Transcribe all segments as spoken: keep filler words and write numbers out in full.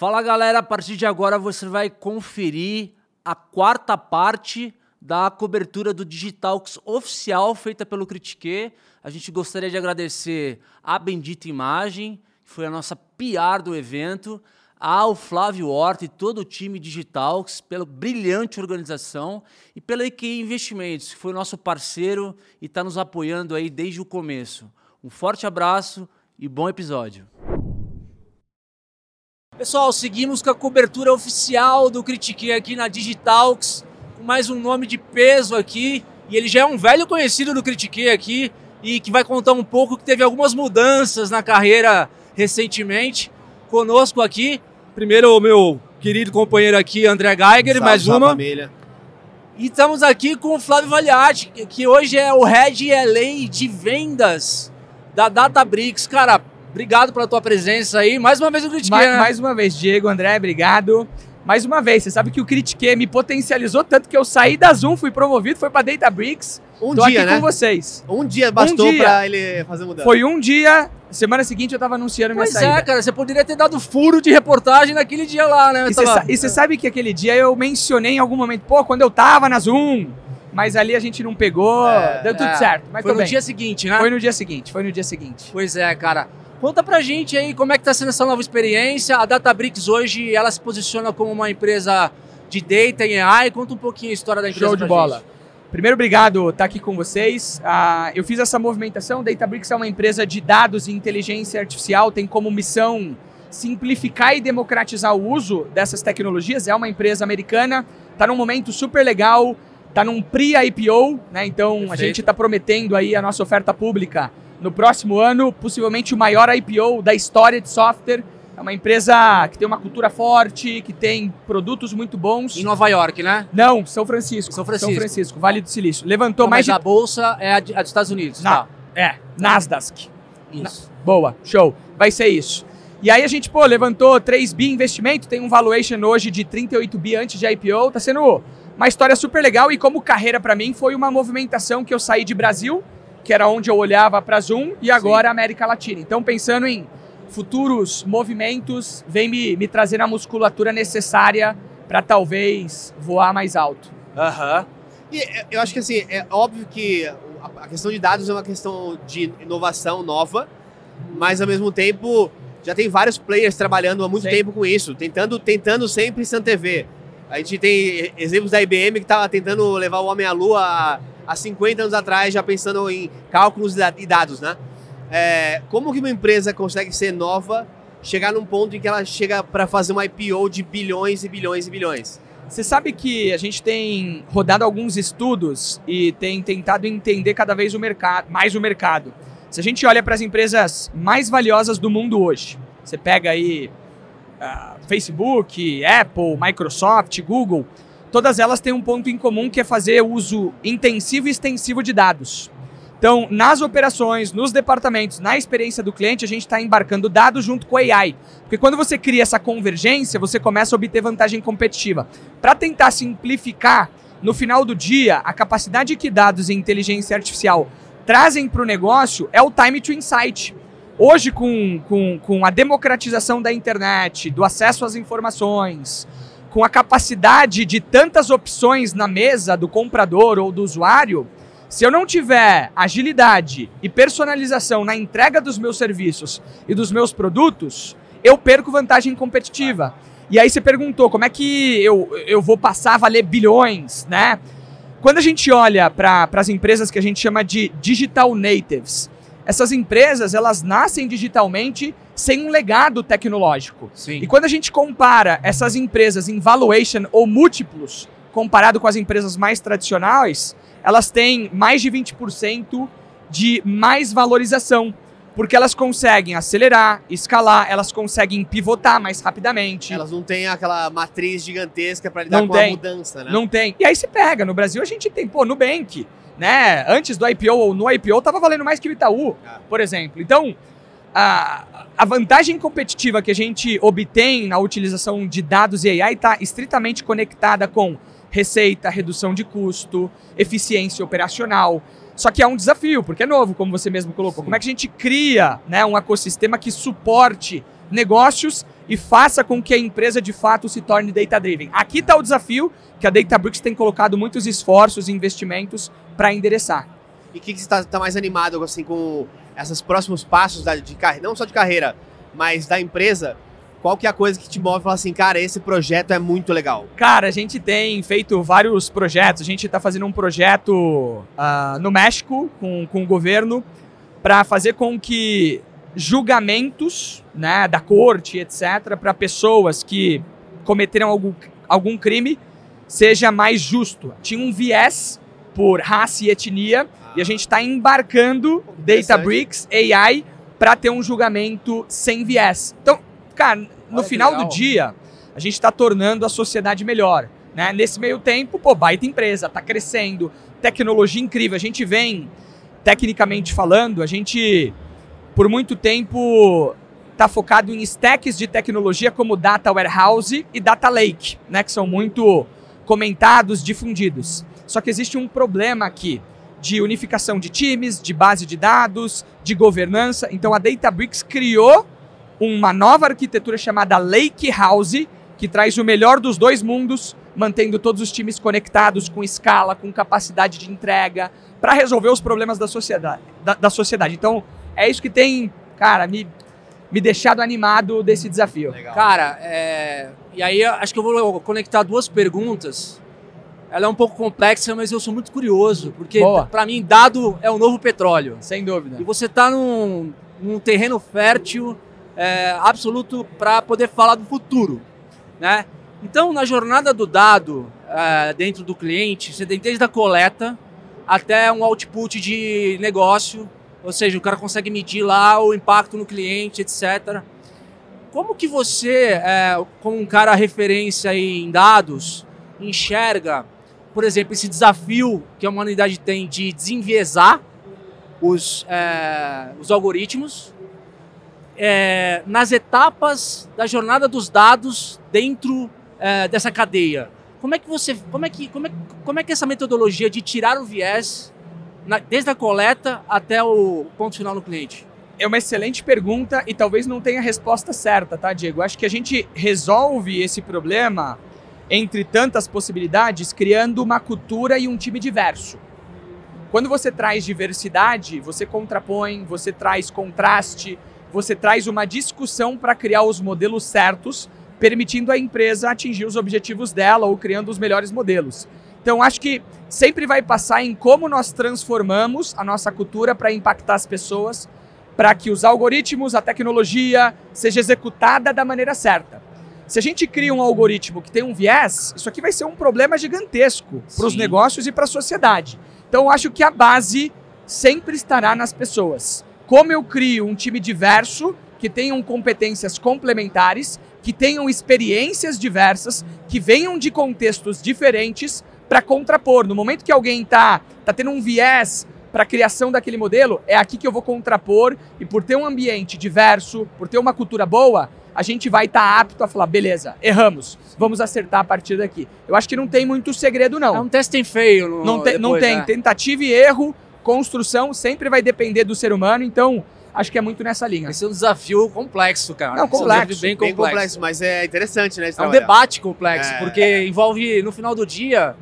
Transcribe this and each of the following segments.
Fala galera, a partir de agora você vai conferir a quarta parte da cobertura do Digitalks oficial feita pelo Critique. A gente gostaria de agradecer a Bendita Imagem, que foi a nossa P R do evento, ao Flávio Horta e todo o time Digitalks pela brilhante organização e pela E Q I Investimentos, que foi nosso parceiro e está nos apoiando aí desde o começo. Um forte abraço e bom episódio. Pessoal, seguimos com a cobertura oficial do Critique aqui na Digitalks, com mais um nome de peso aqui, e ele já é um velho conhecido do Critique aqui, e que vai contar um pouco que teve algumas mudanças na carreira recentemente. Conosco aqui, primeiro o meu querido companheiro aqui, André Geiger, salve, mais uma. Família. E estamos aqui com o Flávio Valiati, que hoje é o Head L A de vendas da Databricks. Cara, obrigado pela tua presença aí. Mais uma vez o Critique. Mais, né? mais uma vez, Diego, André, obrigado. Mais uma vez, você sabe que o Critique me potencializou tanto que eu saí da Zoom, fui promovido, fui pra Databricks. Um tô dia, aqui né? com vocês. Um dia bastou um dia. pra ele fazer mudança. Foi um dia, semana seguinte eu tava anunciando minha pois saída. Pois é, cara, você poderia ter dado furo de reportagem naquele dia lá, né? E você tava... sa sabe que aquele dia eu mencionei em algum momento, pô, quando eu tava na Zoom, mas ali a gente não pegou, é, deu tudo é. certo. Mas foi no bem. dia seguinte, né? Foi no dia seguinte, foi no dia seguinte. Pois é, cara. Conta pra gente aí como é que tá sendo essa nova experiência. A Databricks hoje, ela se posiciona como uma empresa de data e A I. Conta um pouquinho a história da empresa. Show de bola. Gente. Primeiro, obrigado por estar aqui com vocês. Uh, eu fiz essa movimentação. Databricks é uma empresa de dados e inteligência artificial, tem como missão simplificar e democratizar o uso dessas tecnologias. É uma empresa americana, está num momento super legal, está num pre-I P O, né? Então Perfeito. A gente está prometendo aí a nossa oferta pública no próximo ano, possivelmente o maior I P O da história de software. É uma empresa que tem uma cultura forte, que tem produtos muito bons. Em Nova York, né? Não, São Francisco. São Francisco. São Francisco, Vale do Silício. Levantou Não, mais mas de... a bolsa é a, de, a dos Estados Unidos, Não, tá? É, Nasdaq. Isso. Na... Boa, show. Vai ser isso. E aí a gente, pô, levantou três bi investimento, tem um valuation hoje de trinta e oito bi antes de I P O. Tá sendo uma história super legal e como carreira pra mim foi uma movimentação que eu saí de Brasil, que era onde eu olhava para Zoom, e agora Sim. América Latina. Então, pensando em futuros movimentos, vem me, me trazer a musculatura necessária para talvez voar mais alto. Aham. Uhum. E eu acho que assim, é óbvio que a questão de dados é uma questão de inovação nova, mas ao mesmo tempo já tem vários players trabalhando há muito Sim. tempo com isso, tentando, tentando sempre se antever. A gente tem exemplos da I B M que estava tentando levar o homem à lua há cinquenta anos atrás, já pensando em cálculos e dados, né? É, como que uma empresa consegue ser nova, chegar num ponto em que ela chega para fazer uma I P O de bilhões e bilhões e bilhões? Você sabe que a gente tem rodado alguns estudos e tem tentado entender cada vez o mercado, mais o mercado. Se a gente olha para as empresas mais valiosas do mundo hoje, você pega aí uh, Facebook, Apple, Microsoft, Google, todas elas têm um ponto em comum que é fazer uso intensivo e extensivo de dados. Então, nas operações, nos departamentos, na experiência do cliente, a gente está embarcando dados junto com a A I. Porque quando você cria essa convergência, você começa a obter vantagem competitiva. Para tentar simplificar, no final do dia, a capacidade que dados e inteligência artificial trazem para o negócio é o time to insight. Hoje, com, com, com a democratização da internet, do acesso às informações, com a capacidade de tantas opções na mesa do comprador ou do usuário, se eu não tiver agilidade e personalização na entrega dos meus serviços e dos meus produtos, eu perco vantagem competitiva. E aí você perguntou, como é que eu, eu vou passar a valer bilhões, né? Quando a gente olha para as empresas que a gente chama de digital natives, essas empresas, elas nascem digitalmente sem um legado tecnológico. Sim. E quando a gente compara essas empresas em valuation ou múltiplos, comparado com as empresas mais tradicionais, elas têm mais de vinte por cento de mais valorização, porque elas conseguem acelerar, escalar, elas conseguem pivotar mais rapidamente. Elas não têm aquela matriz gigantesca para lidar não com tem, a mudança, né? Não tem. E aí você pega, no Brasil a gente tem, pô, Nubank, né? Antes do I P O ou no I P O tava valendo mais que o Itaú, ah. por exemplo. Então, a, a vantagem competitiva que a gente obtém na utilização de dados e A I está estritamente conectada com receita, redução de custo, eficiência operacional. Só que é um desafio, porque é novo, como você mesmo colocou. Sim. Como é que a gente cria, né, um ecossistema que suporte negócios e faça com que a empresa de fato se torne data-driven? Aqui está o desafio que a Databricks tem colocado muitos esforços e investimentos para endereçar. E o que, que você está tá mais animado assim, com esses próximos passos da, de carreira, não só de carreira, mas da empresa? Qual que é a coisa que te move e fala assim, cara, esse projeto é muito legal? Cara, a gente tem feito vários projetos. A gente está fazendo um projeto uh, no México com, com o governo para fazer com que julgamentos, né, da corte, etcétera, para pessoas que cometeram algum, algum crime seja mais justo. Tinha um viés por raça e etnia ah. e a gente está embarcando Databricks A I para ter um julgamento sem viés. Então, cara, no Olha final do dia, a gente está tornando a sociedade melhor, né? Nesse meio tempo, pô, baita empresa, está crescendo, tecnologia incrível. A gente vem, tecnicamente falando, a gente, por muito tempo, está focado em stacks de tecnologia como Data Warehouse e Data Lake, né? Que são muito comentados, difundidos. Só que existe um problema aqui de unificação de times, de base de dados, de governança. Então, a Databricks criou uma nova arquitetura chamada Lakehouse, que traz o melhor dos dois mundos, mantendo todos os times conectados com escala, com capacidade de entrega, para resolver os problemas da sociedade, da, da sociedade. Então, é isso que tem, cara, me, me deixado animado desse desafio. Legal. Cara, é... e aí acho que eu vou conectar duas perguntas. Ela é um pouco complexa, mas eu sou muito curioso, porque para mim dado é o novo petróleo. Sem dúvida. E você está num, num terreno fértil, É, absoluto para poder falar do futuro, né? Então, na jornada do dado é, dentro do cliente, você tem desde a coleta até um output de negócio, ou seja, o cara consegue medir lá o impacto no cliente, etcétera. Como que você, é, como um cara referência em dados, enxerga, por exemplo, esse desafio que a humanidade tem de desenviesar os, é, os algoritmos É, nas etapas da jornada dos dados dentro é, dessa cadeia? Como é que você, como é que, como é, como é que essa metodologia de tirar o viés na, desde a coleta até o ponto final no cliente? É uma excelente pergunta e talvez não tenha a resposta certa, tá, Diego? Acho que a gente resolve esse problema entre tantas possibilidades criando uma cultura e um time diverso. Quando você traz diversidade, você contrapõe, você traz contraste, você traz uma discussão para criar os modelos certos, permitindo a empresa atingir os objetivos dela ou criando os melhores modelos. Então, acho que sempre vai passar em como nós transformamos a nossa cultura para impactar as pessoas, para que os algoritmos, a tecnologia, seja executada da maneira certa. Se a gente cria um algoritmo que tem um viés, isso aqui vai ser um problema gigantesco para os negócios e para a sociedade. Então, acho que a base sempre estará nas pessoas. Como eu crio um time diverso, que tenham competências complementares, que tenham experiências diversas, que venham de contextos diferentes para contrapor. No momento que alguém está tá tendo um viés para a criação daquele modelo, é aqui que eu vou contrapor e por ter um ambiente diverso, por ter uma cultura boa, a gente vai estar tá apto a falar, beleza, erramos, vamos acertar a partir daqui. Eu acho que não tem muito segredo, não. É um testing feio. No, não, te, depois, não tem, né? Tentativa e erro. Construção sempre vai depender do ser humano, então acho que é muito nessa linha. Esse é um desafio complexo, cara. Não, complexo. Esse é um bem complexo. Bem complexo, mas é interessante, né? É um trabalhar. debate complexo, é... porque envolve, no final do dia,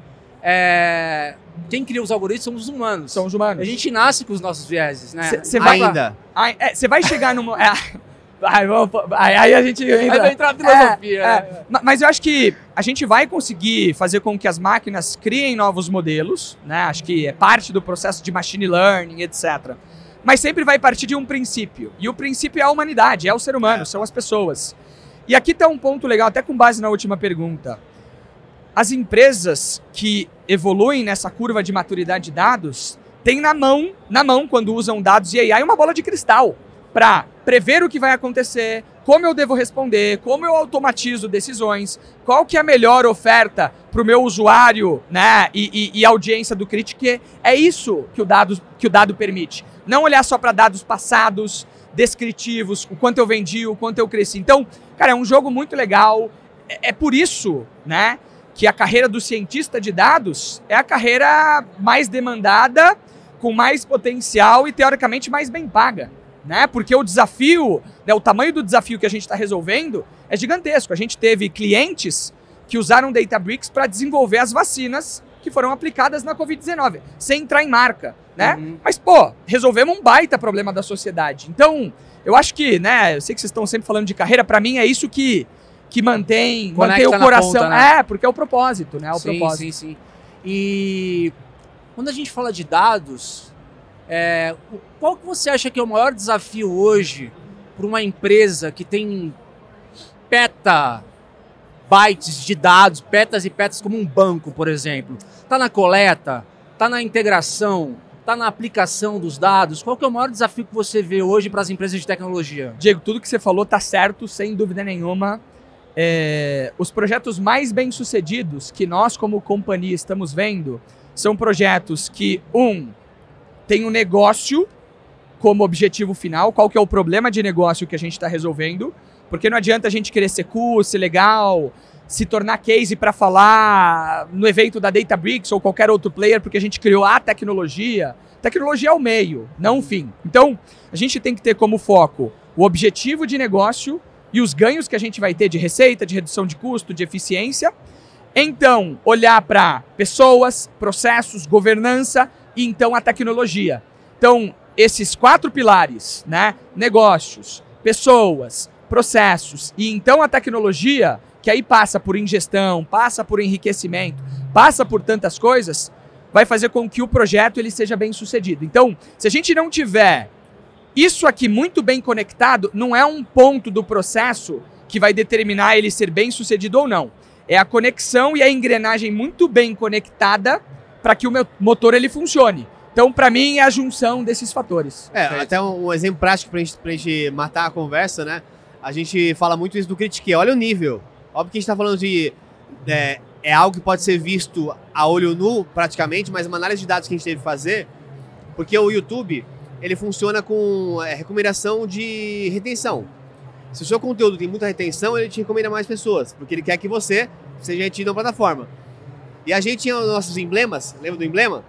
é... quem cria os algoritmos são os humanos. São os humanos. A gente nasce com os nossos vieses, né? Cê, cê vai, Ainda. Você é, vai chegar num... É, aí, aí, aí a gente entra... Aí vai entrar a filosofia. É, é. Né? Mas eu acho que a gente vai conseguir fazer com que as máquinas criem novos modelos, né? Acho que é parte do processo de machine learning, etcétera. Mas sempre vai partir de um princípio. E o princípio é a humanidade, é o ser humano, é. são as pessoas. E aqui está um ponto legal, até com base na última pergunta. As empresas que evoluem nessa curva de maturidade de dados têm na mão, na mão, quando usam dados e A I, uma bola de cristal para prever o que vai acontecer, como eu devo responder, como eu automatizo decisões, qual que é a melhor oferta para o meu usuário, né, e, e, e audiência do Critique. É isso que o dado, que o dado permite. Não olhar só para dados passados, descritivos, o quanto eu vendi, o quanto eu cresci. Então, cara, é um jogo muito legal. É, é por isso, né, que a carreira do cientista de dados é a carreira mais demandada, com mais potencial e teoricamente mais bem paga, né? Porque o desafio, né, o tamanho do desafio que a gente está resolvendo é gigantesco. A gente teve clientes que usaram Databricks para desenvolver as vacinas que foram aplicadas na covid dezenove, sem entrar em marca, né? Uhum. Mas, pô, resolvemos um baita problema da sociedade. Então, eu acho que, né, eu sei que vocês estão sempre falando de carreira, para mim é isso que, que mantém, mantém o coração. Ponta, né? É, porque é o propósito, né? O sim, propósito. Sim, sim, E quando a gente fala de dados, é, qual que você acha que é o maior desafio hoje para uma empresa que tem peta bytes de dados, petas e petas como um banco, por exemplo? Tá na coleta, tá na integração, tá na aplicação dos dados. Qual que é o maior desafio que você vê hoje para as empresas de tecnologia? Diego, tudo que você falou tá certo, sem dúvida nenhuma. É, os projetos mais bem-sucedidos que nós, como companhia, estamos vendo são projetos que, um, tem um negócio como objetivo final. Qual que é o problema de negócio que a gente está resolvendo? Porque não adianta a gente querer ser cool, ser legal, se tornar case para falar no evento da Databricks ou qualquer outro player, porque a gente criou a tecnologia. Tecnologia é o meio, não o fim. Então, a gente tem que ter como foco o objetivo de negócio e os ganhos que a gente vai ter de receita, de redução de custo, de eficiência. Então, olhar para pessoas, processos, governança e então a tecnologia. Então, esses quatro pilares, né? Negócios, pessoas, processos e então a tecnologia, que aí passa por ingestão, passa por enriquecimento, passa por tantas coisas, vai fazer com que o projeto ele seja bem sucedido. Então, se a gente não tiver isso aqui muito bem conectado, não é um ponto do processo que vai determinar ele ser bem sucedido ou não. É a conexão e a engrenagem muito bem conectada para que o meu motor ele funcione. Então, para mim, é a junção desses fatores. É, é até um, um exemplo prático para a gente matar a conversa, né? A gente fala muito isso do Critique. Olha o nível. Óbvio que a gente está falando de... É, é algo que pode ser visto a olho nu, praticamente, mas uma análise de dados que a gente teve que fazer, porque o YouTube, ele funciona com é, recomendação de retenção. Se o seu conteúdo tem muita retenção, ele te recomenda mais pessoas, porque ele quer que você seja retido na plataforma. E a gente tinha os nossos emblemas, lembra do emblema?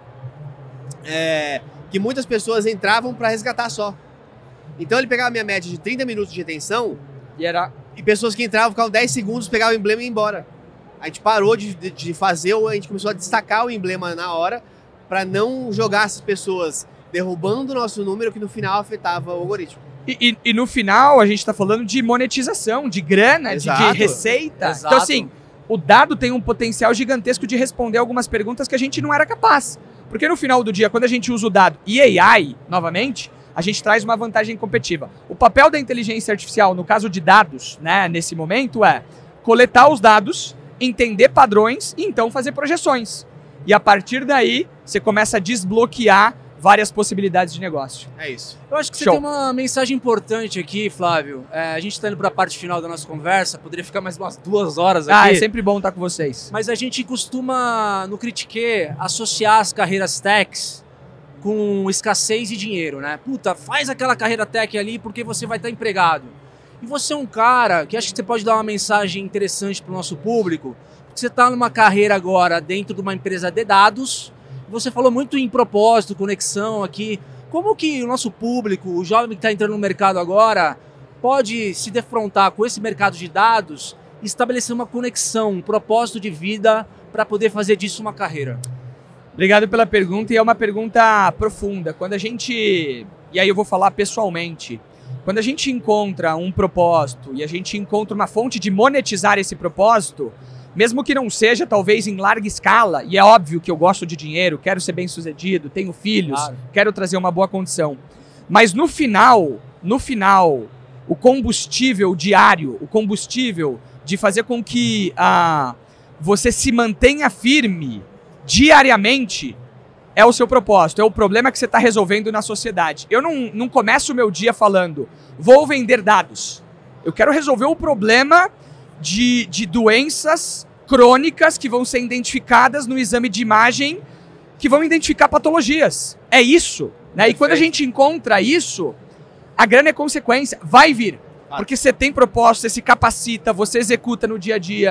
É, que muitas pessoas entravam para resgatar só. Então ele pegava a minha média de trinta minutos de retenção e, era... e pessoas que entravam ficavam dez segundos, pegavam o emblema e ia embora. A gente parou de, de, de fazer, a gente começou a destacar o emblema na hora para não jogar essas pessoas derrubando o nosso número, que no final afetava o algoritmo. E, e, e no final a gente está falando de monetização, de grana, de, de receita. Exato. Então assim, o dado tem um potencial gigantesco de responder algumas perguntas que a gente não era capaz. Porque no final do dia, quando a gente usa o dado e A I, novamente, a gente traz uma vantagem competitiva. O papel da inteligência artificial, no caso de dados, né, nesse momento, é coletar os dados, entender padrões e então fazer projeções. E a partir daí, você começa a desbloquear várias possibilidades de negócio. É isso. Eu acho que você Show. tem uma mensagem importante aqui, Flávio. É, a gente está indo para a parte final da nossa conversa, poderia ficar mais umas duas horas aqui. Ah, é sempre bom estar com vocês. Mas a gente costuma, no Critique, associar as carreiras techs com escassez e dinheiro, né? Puta, faz aquela carreira tech ali porque você vai estar empregado. E você é um cara que acho que você pode dar uma mensagem interessante para o nosso público, porque você está numa carreira agora dentro de uma empresa de dados. Você falou muito em propósito, conexão aqui. Como que o nosso público, o jovem que está entrando no mercado agora, pode se defrontar com esse mercado de dados e estabelecer uma conexão, um propósito de vida para poder fazer disso uma carreira? Obrigado pela pergunta, e é uma pergunta profunda. Quando a gente, e aí eu vou falar pessoalmente, quando a gente encontra um propósito e a gente encontra uma fonte de monetizar esse propósito, mesmo que não seja, talvez, em larga escala, e é óbvio que eu gosto de dinheiro, quero ser bem-sucedido, tenho filhos, claro, quero trazer uma boa condição. Mas no final, no final, o combustível diário, o combustível de fazer com que ah, você se mantenha firme diariamente, é o seu propósito, é o problema que você está resolvendo na sociedade. Eu não, não começo o meu dia falando, vou vender dados. Eu quero resolver o problema De, de doenças crônicas que vão ser identificadas no exame de imagem, que vão identificar patologias. É isso, né? E quando a gente encontra isso, a grana é consequência, vai vir. Porque você tem propósito, você se capacita, você executa no dia a dia.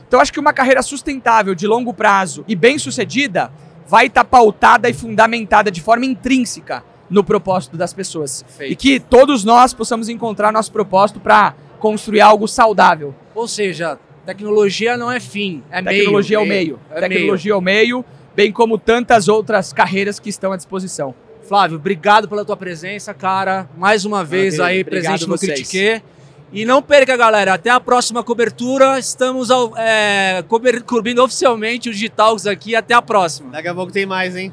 Então, acho que uma carreira sustentável, de longo prazo e bem-sucedida vai estar pautada e fundamentada de forma intrínseca no propósito das pessoas. Perfeito. E que todos nós possamos encontrar nosso propósito para construir algo saudável. Ou seja, tecnologia não é fim, é meio. Tecnologia é o meio. É Tecnologia é o meio, bem como tantas outras carreiras que estão à disposição. Flávio, obrigado pela tua presença, cara. Mais uma vez aí, presente no Critique. E não perca, galera. Até a próxima cobertura. Estamos ao, é, cober, cobrindo oficialmente o Digitalks aqui. Até a próxima. Daqui a pouco tem mais, hein?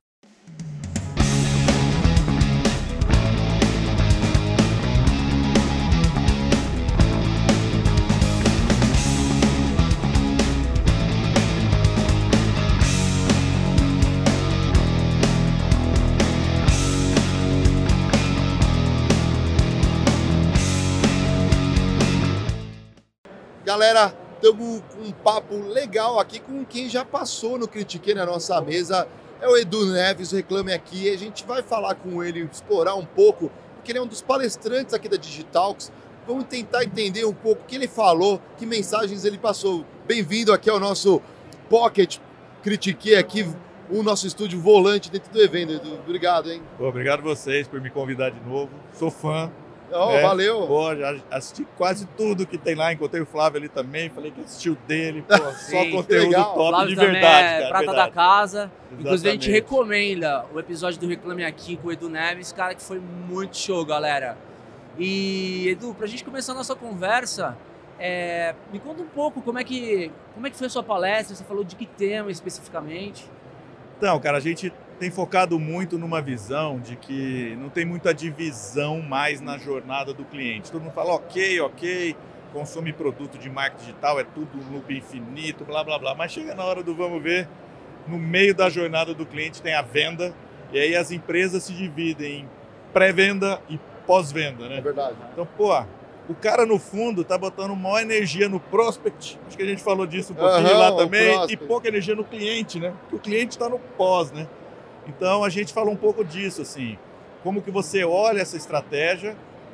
Galera, estamos com um papo legal aqui com quem já passou no Critique na nossa mesa. É o Edu Neves, Reclame Aqui. A gente vai falar com ele, explorar um pouco, porque ele é um dos palestrantes aqui da Digitalks. Vamos tentar entender um pouco o que ele falou, que mensagens ele passou. Bem-vindo aqui ao nosso Pocket Critique aqui, o nosso estúdio volante dentro do evento, Edu. Obrigado, hein? Pô, obrigado a vocês por me convidar de novo. Sou fã. Oh, é, valeu! Pô, já assisti quase tudo que tem lá, encontrei o Flávio ali também, falei que assistiu dele, pô, só Sim, conteúdo legal. top Flávio de também verdade, é cara, prata verdade. da casa. Inclusive, a gente Exatamente. recomenda o episódio do Reclame Aqui com o Edu Neves, cara, que foi muito show, galera. E, Edu, pra gente começar a nossa conversa, é, me conta um pouco como é, que, como é que foi a sua palestra, você falou de que tema especificamente? Então, cara, a gente tem focado muito numa visão de que não tem muita divisão mais na jornada do cliente. Todo mundo fala, ok, ok, consome produto de marketing digital, é tudo um loop infinito, blá, blá, blá. Mas chega na hora do vamos ver, no meio da jornada do cliente tem a venda, e aí as empresas se dividem em pré-venda e pós-venda, né? É verdade. Então, pô, o cara no fundo tá botando maior energia no prospect, acho que a gente falou disso um pouquinho Aham, lá o também, e prospect. pouca energia no cliente, né? Porque o cliente está no pós, né? Então a gente falou um pouco disso, assim, como que você olha essa estratégia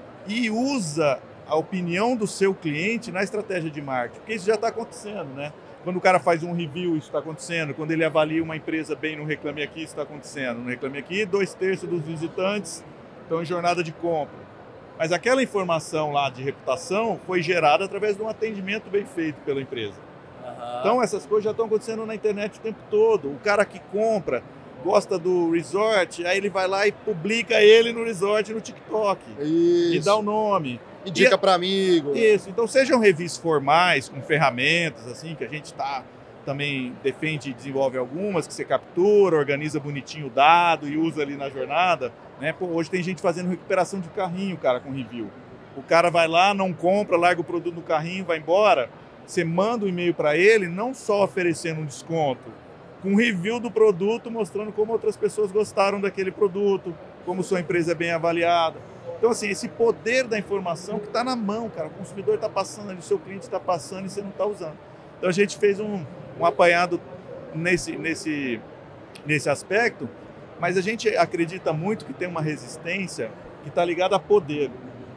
e usa a opinião do seu cliente na estratégia de marketing, porque isso já está acontecendo, né? Quando o cara faz um review, isso está acontecendo. Quando ele avalia uma empresa bem no Reclame Aqui, isso está acontecendo. No Reclame Aqui, dois terços dos visitantes estão em jornada de compra. Mas aquela informação lá de reputação foi gerada através de um atendimento bem feito pela empresa. Uhum. Então essas coisas já estão acontecendo na internet o tempo todo. O cara que compra, gosta do resort, aí ele vai lá e publica ele no resort no TikTok. Isso. E dá o nome. Indica E- para amigo. Isso, então sejam revis formais, com ferramentas, assim, que a gente tá, também defende e desenvolve algumas, que você captura, organiza bonitinho o dado e usa ali na jornada, né? Pô, hoje tem gente fazendo recuperação de carrinho, cara, com review. O cara vai lá, não compra, larga o produto no carrinho, vai embora, você manda um e-mail para ele, não só oferecendo um desconto, com um review do produto, mostrando como outras pessoas gostaram daquele produto, como sua empresa é bem avaliada. Então, assim, esse poder da informação que está na mão, cara. O consumidor está passando ali, o seu cliente está passando e você não está usando. Então, a gente fez um, um apanhado nesse, nesse, nesse aspecto, mas a gente acredita muito que tem uma resistência que está ligada a poder.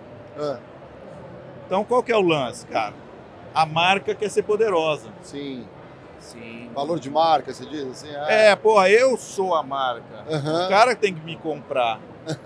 Ah, Então, qual que é o lance, cara? A marca quer ser poderosa. sim. Sim. Valor de marca, você diz assim? É. É, porra, eu sou a marca. Aham. O cara tem que me comprar.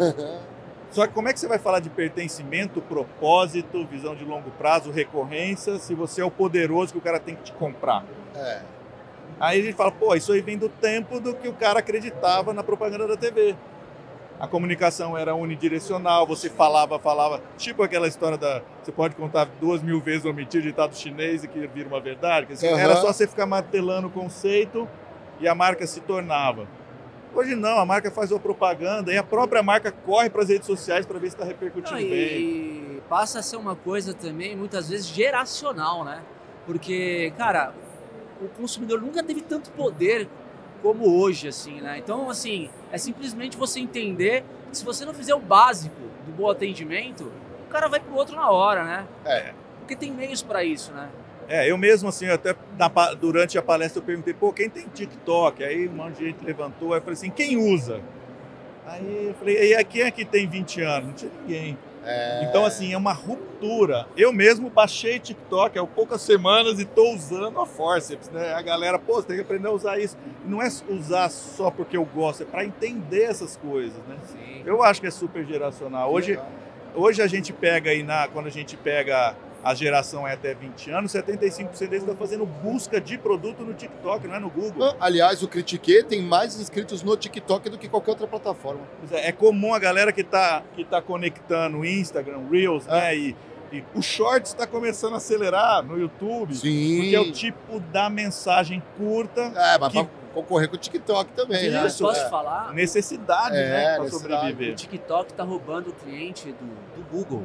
Só que como é que você vai falar de pertencimento, propósito, visão de longo prazo, recorrência, se você é o poderoso que o cara tem que te comprar? É. Aí a gente fala, pô, isso aí vem do tempo do que o cara acreditava na propaganda da T V. A comunicação era unidirecional, você falava, falava, tipo aquela história da... Você pode contar duas mil vezes ou mentir ditado chinês e que vira uma verdade. Que, assim, Uhum. Era só você ficar martelando o conceito e a marca se tornava. Hoje não, a marca faz uma propaganda e a própria marca corre para as redes sociais para ver se está repercutindo Não, bem. e passa a ser uma coisa também, muitas vezes, geracional, né? Porque, cara, o consumidor nunca teve tanto poder como hoje, assim, né? Então, assim, é simplesmente você entender que se você não fizer o básico do bom atendimento, o cara vai pro outro na hora, né? É. Porque tem meios para isso, né? É, eu mesmo, assim, até na pa- durante a palestra eu perguntei, pô, quem tem TikTok? Aí um monte de gente levantou, aí eu falei assim, quem usa? Aí eu falei, e aí, quem aqui tem vinte anos? Não tinha ninguém. É... Então, assim, é uma ruptura. Eu mesmo baixei TikTok há poucas semanas e estou usando a forceps, né? A galera, pô, você tem que aprender a usar isso. E não é usar só porque eu gosto, é para entender essas coisas, né? Sim. Eu acho que é super geracional. Hoje, hoje a gente pega aí, na, quando a gente pega a geração é até vinte anos, setenta e cinco por cento deles estão fazendo busca de produto no TikTok, não é no Google. Aliás, o Critique tem mais inscritos no TikTok do que qualquer outra plataforma. É, é comum a galera que está que tá conectando Instagram, Reels, é. né? E, e o Shorts está começando a acelerar no YouTube. Sim. Porque é o tipo da mensagem curta. É, mas que... para concorrer com o TikTok também, né? Isso, posso é. falar? Necessidade, é, né? Para necessidade. sobreviver. O TikTok tá roubando o cliente do, do Google.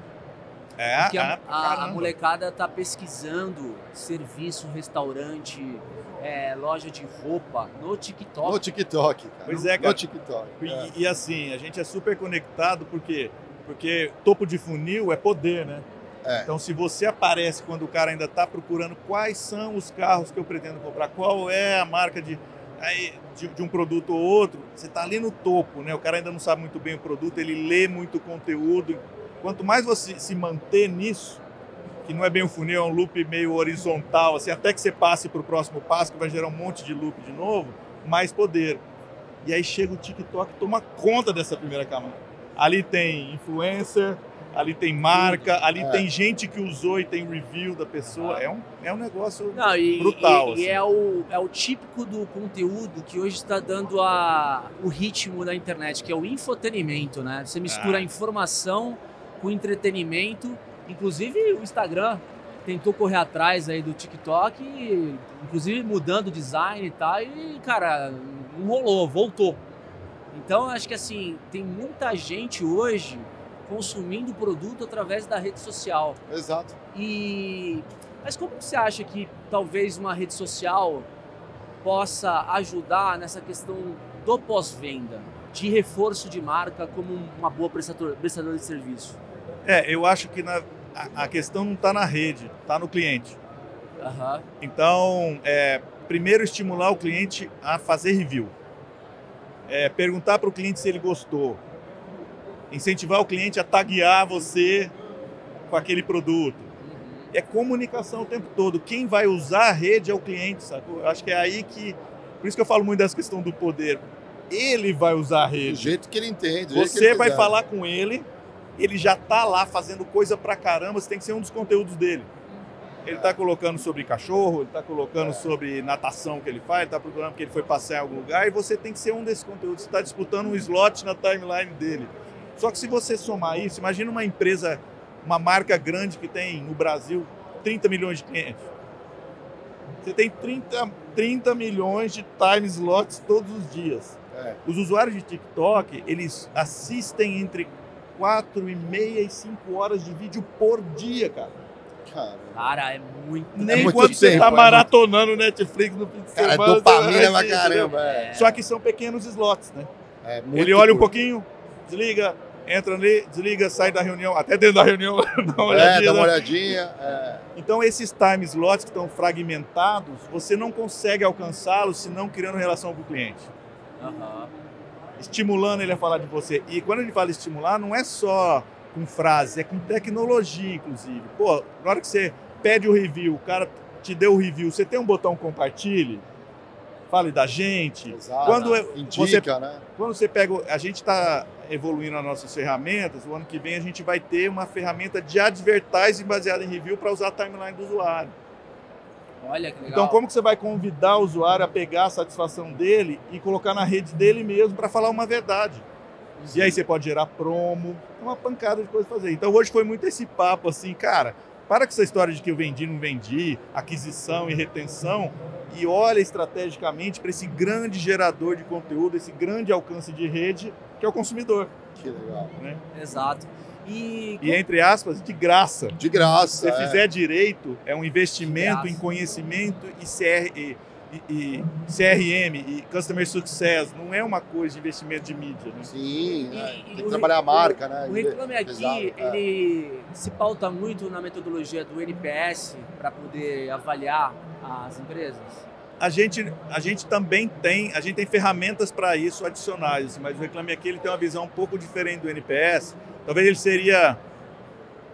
É, Porque é, a, a, a molecada molecada tá pesquisando serviço, restaurante, é, loja de roupa no TikTok. No TikTok, cara. Pois é, cara. No TikTok. E, é. e assim, a gente é super conectado porque, porque topo de funil é poder, né? É. Então, se você aparece quando o cara ainda está procurando quais são os carros que eu pretendo comprar, qual é a marca de, aí, de, de um produto ou outro, você está ali no topo, né? O cara ainda não sabe muito bem o produto, ele lê muito conteúdo. Quanto mais você se manter nisso, que não é bem um funil, é um loop meio horizontal, assim, até que você passe para o próximo passo, que vai gerar um monte de loop de novo, mais poder. E aí chega o TikTok e toma conta dessa primeira camada. Ali tem influencer, ali tem marca, ali é. tem gente que usou e tem review da pessoa. É um, é um negócio Não, e, brutal. E, assim. e é, o, é o típico do conteúdo que hoje está dando a, o ritmo da internet, que é o infotenimento, né? Você mistura Ah. informação com entretenimento. Inclusive o Instagram tentou correr atrás aí do TikTok, inclusive mudando o design e tal, e, cara, não rolou, voltou. Então, acho que assim, tem muita gente hoje consumindo produto através da rede social. Exato. E mas como você acha que talvez uma rede social possa ajudar nessa questão do pós-venda, de reforço de marca como uma boa prestador, prestador de serviço? É, eu acho que na, a, a questão não está na rede, está no cliente. Uhum. Então, é, primeiro estimular o cliente a fazer review. É, perguntar para o cliente se ele gostou. Incentivar o cliente a taguear você com aquele produto. Uhum. É comunicação o tempo todo. Quem vai usar a rede é o cliente, sacou? Eu acho que é aí que... Por isso que eu falo muito dessa questão do poder. Ele vai usar a Do rede. jeito que ele entende. do jeito que Você ele vai quiser. falar com ele, ele já tá lá fazendo coisa pra caramba, você tem que ser um dos conteúdos dele. Ele tá colocando sobre cachorro, ele tá colocando É. sobre natação que ele faz, ele tá procurando porque ele foi passear em algum lugar, e você tem que ser um desses conteúdos. Você tá disputando um slot na timeline dele. Só que se você somar isso, imagina uma empresa, uma marca grande que tem no Brasil trinta milhões de clientes. Você tem trinta, trinta milhões de time slots todos os dias. É. Os usuários de TikTok, eles assistem entre quatro e meia e cinco horas de vídeo por dia, cara. Cara, Cara, é muito... Nem muito quando você tempo, tá é maratonando o Netflix no fim de cara, é semana. dopamina você pra vai ver, caramba. entendeu? É. Só que são pequenos slots, né? É muito Ele olha um curto. pouquinho, desliga, entra ali, desliga, sai da reunião, até dentro da reunião, dá uma É, olhadinha. dá uma né? olhadinha. É. Então, esses time slots que estão fragmentados, você não consegue alcançá-los se não criando relação com o cliente. Uhum. Estimulando ele a falar de você. E quando ele fala estimular, não é só com frases, é com tecnologia, inclusive. Pô, na hora que você pede o review, o cara te deu o review, você tem um botão compartilhe, fale da gente. Exato. Quando é- Indica, você- né? Quando você pega, o- a gente está evoluindo as nossas ferramentas, o ano que vem a gente vai ter uma ferramenta de advertising baseada em review para usar a timeline do usuário. Olha que legal. Então, como que você vai convidar o usuário a pegar a satisfação dele e colocar na rede dele mesmo para falar uma verdade? E aí você pode gerar promo, é uma pancada de coisa pra fazer. Então hoje foi muito esse papo assim, cara, para com essa história de que eu vendi, não vendi, aquisição e retenção, e olha estrategicamente para esse grande gerador de conteúdo, esse grande alcance de rede, que é o consumidor. Que legal. Né? Exato. E, E entre aspas, de graça. De graça. Se você é. fizer direito, é um investimento De graça. em conhecimento e C R, e, e, e C R M e Customer Success. Não é uma coisa de investimento de mídia. Né? Sim, E- né? e tem que o- trabalhar a marca, né? O Reclame Aqui, Exato, é. ele se pauta muito na metodologia do N P S para poder avaliar as empresas. A gente, a gente também tem, a gente tem ferramentas para isso adicionais, mas o Reclame Aqui ele tem uma visão um pouco diferente do N P S. Talvez ele seria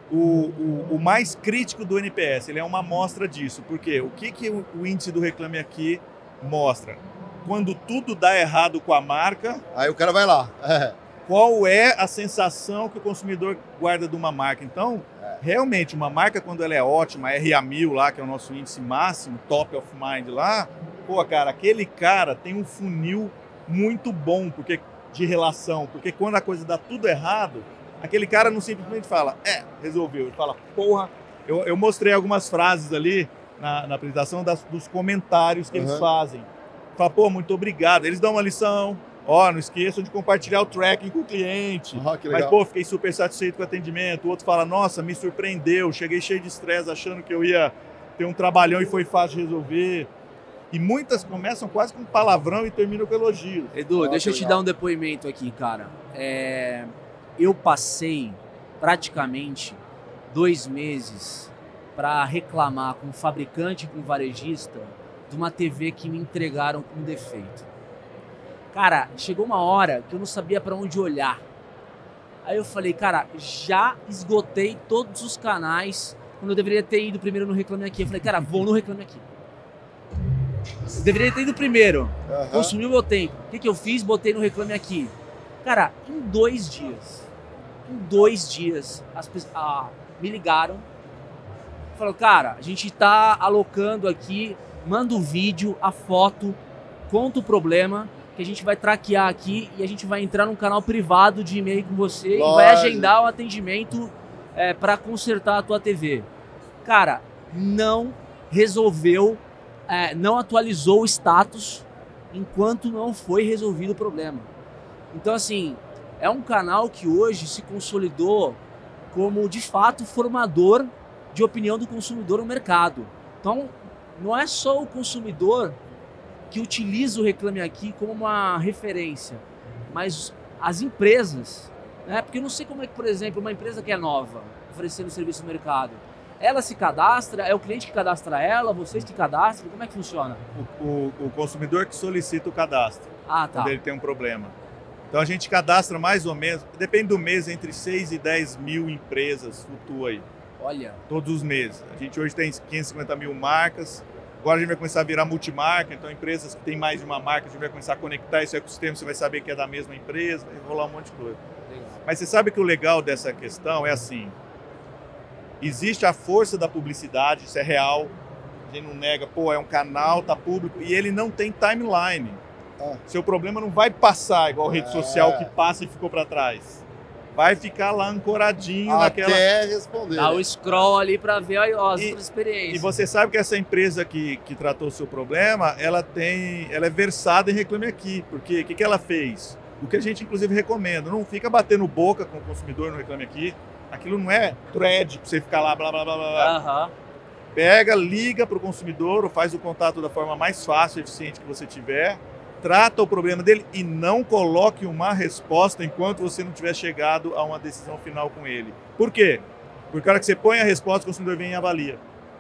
o, o, o mais crítico do N P S. Ele é uma amostra disso. Por quê? O que, que o, o índice do Reclame Aqui mostra? Quando tudo dá errado com a marca... Aí o cara vai lá. É. Qual é a sensação que o consumidor guarda de uma marca? Então, é. realmente, uma marca, quando ela é ótima, R A mil lá, que é o nosso índice máximo, top of mind lá, pô, cara, aquele cara tem um funil muito bom porque, de relação, porque quando a coisa dá tudo errado, aquele cara não simplesmente fala, é, resolveu. Ele fala, porra, eu, eu mostrei algumas frases ali na, na apresentação das, dos comentários que uhum. eles fazem. Fala, pô, muito obrigado. Eles dão uma lição. Ó, oh, não esqueçam de compartilhar o tracking com o cliente. Oh, que Mas, pô, fiquei super satisfeito com o atendimento. O outro fala, nossa, me surpreendeu. Cheguei cheio de estresse, achando que eu ia ter um trabalhão e foi fácil de resolver. E muitas começam quase com palavrão e terminam com elogio. Edu, oh, deixa eu te dar um depoimento aqui, cara. É... Eu passei praticamente dois meses para reclamar com o fabricante e com o varejista de uma T V que me entregaram com defeito. Cara, chegou uma hora que eu não sabia para onde olhar. Aí eu falei, cara, já esgotei todos os canais quando eu deveria ter ido primeiro no Reclame Aqui. Eu falei, cara, vou no Reclame Aqui. Eu deveria ter ido primeiro. Uhum. Consumiu meu tempo. O que, que eu fiz? Botei no Reclame Aqui. Cara, em dois dias, em dois dias, as pessoas ah, me ligaram. Falaram, cara, a gente tá alocando aqui, manda o vídeo, a foto, conta o problema, que a gente vai traquear aqui e a gente vai entrar num canal privado de e-mail com você Lógico. e vai agendar o atendimento é, para consertar a tua T V. Cara, não resolveu, é, não atualizou o status enquanto não foi resolvido o problema. Então, assim, é um canal que hoje se consolidou como, de fato, formador de opinião do consumidor no mercado. Então, não é só o consumidor que utiliza o Reclame Aqui como uma referência, mas as empresas, né? Porque eu não sei como é que, por exemplo, uma empresa que é nova, oferecendo serviço no mercado, ela se cadastra, é o cliente que cadastra ela, vocês que cadastram, como é que funciona? O, o, o consumidor que solicita o cadastro, ah, tá. quando ele tem um problema. Então a gente cadastra mais ou menos, depende do mês, entre seis e dez mil empresas, flutua aí. Olha. Todos os meses. A gente hoje tem quinhentas e cinquenta mil marcas. Agora a gente vai começar a virar multimarca, então empresas que têm mais de uma marca, a gente vai começar a conectar esse ecossistema, você vai saber que é da mesma empresa, vai rolar um monte de coisa. Legal. Mas você sabe que o legal dessa questão é assim, existe a força da publicidade, isso é real, a gente não nega, pô, é um canal, tá público, e ele não tem timeline. Ah. Seu problema não vai passar igual rede é. social que passa e ficou para trás. Vai ficar lá ancoradinho até naquela... Até responder. Dá o scroll ali para ver as e, outras experiências. E você sabe que essa empresa que, que tratou o seu problema, ela, tem, ela é versada em Reclame Aqui. Porque o que, que ela fez? O que a gente, inclusive, recomenda. Não fica batendo boca com o consumidor no Reclame Aqui. Aquilo não é thread para você ficar lá, blá, blá, blá, blá. Uhum. Pega, liga para o consumidor ou faz o contato da forma mais fácil e eficiente que você tiver. Trata o problema dele e não coloque uma resposta enquanto você não tiver chegado a uma decisão final com ele. Por quê? Porque a hora que você põe a resposta, o consumidor vem e avalia.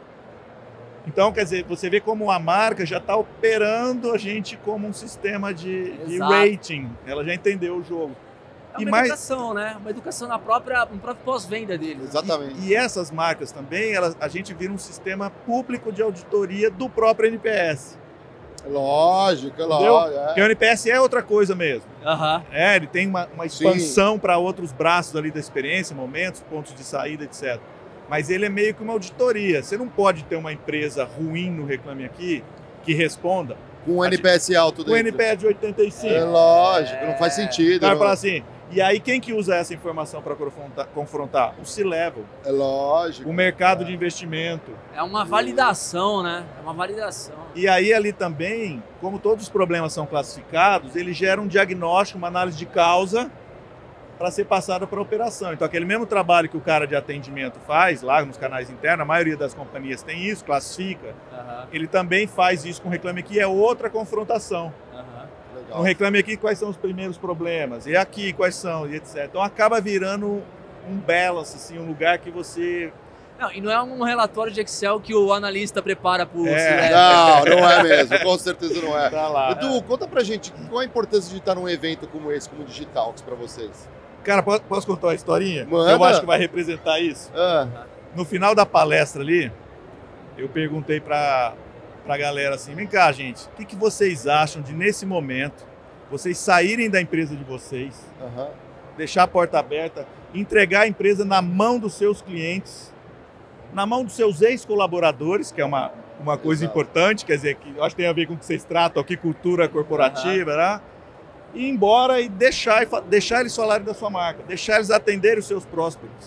Então, quer dizer, você vê como a marca já está operando a gente como um sistema de, de rating. Ela já entendeu o jogo. É uma e mais... educação, né? Uma educação na própria, no próprio pós-venda deles. Exatamente. E, e essas marcas também, elas, a gente vira um sistema público de auditoria do próprio N P S. Lógico, é lógico. É. Porque o N P S é outra coisa mesmo. Uhum. É, ele tem uma, uma expansão para outros braços ali da experiência, momentos, pontos de saída, etcétera. Mas ele é meio que uma auditoria. Você não pode ter uma empresa ruim no Reclame Aqui que responda. Com um N P S alto dentro. Com N P S de oitenta e cinco. É lógico, é... não faz sentido. O cara fala assim, e aí quem que usa essa informação para confrontar? O C-Level. É lógico. O mercado é. de investimento. É uma validação, né? É uma validação. E aí ali também, como todos os problemas são classificados, ele gera um diagnóstico, uma análise de causa para ser passada para a operação. Então aquele mesmo trabalho que o cara de atendimento faz lá nos canais internos, a maioria das companhias tem isso, classifica, uhum. ele também faz isso com o Reclame Aqui, é outra confrontação. Uhum. No Reclame Aqui, quais são os primeiros problemas? E aqui, quais são? E etcétera. Então acaba virando um balance, assim, um lugar que você... Não, e não é um relatório de Excel que o analista prepara para o é. Não, não é mesmo, com certeza não é. Tá lá, Edu, é. conta pra gente, qual a importância de estar num evento como esse, como o Digitalks, para vocês? Cara, posso, posso contar uma historinha? Manda. Eu acho que vai representar isso. Ah, No final da palestra ali, eu perguntei pra, pra galera assim, vem cá, gente, o que, que vocês acham de, nesse momento, vocês saírem da empresa de vocês, aham. deixar a porta aberta, entregar a empresa na mão dos seus clientes, na mão dos seus ex-colaboradores, que é uma, uma coisa Exato. importante, quer dizer, que eu acho que tem a ver com o que vocês tratam aqui, cultura corporativa, né? E ir embora e deixar, e fa- deixar eles falarem da sua marca, deixar eles atenderem os seus próspecos.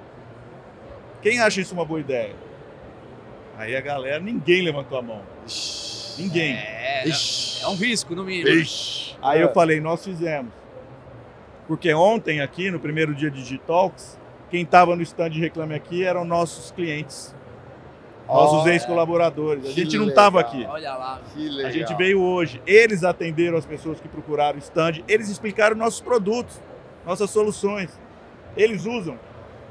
Quem acha isso uma boa ideia? Aí a galera, ninguém levantou a mão. Ninguém. É, Ixi. é um risco, no mínimo. Ixi. Aí É. eu falei, nós fizemos. Porque ontem aqui, no primeiro dia de Digitalks, quem estava no stand de Reclame Aqui eram nossos clientes, nossos Ó, ex-colaboradores. A que gente não estava legal. aqui. Olha lá. Que legal. A gente veio hoje. Eles atenderam as pessoas que procuraram o stand, eles explicaram nossos produtos, nossas soluções. Eles usam.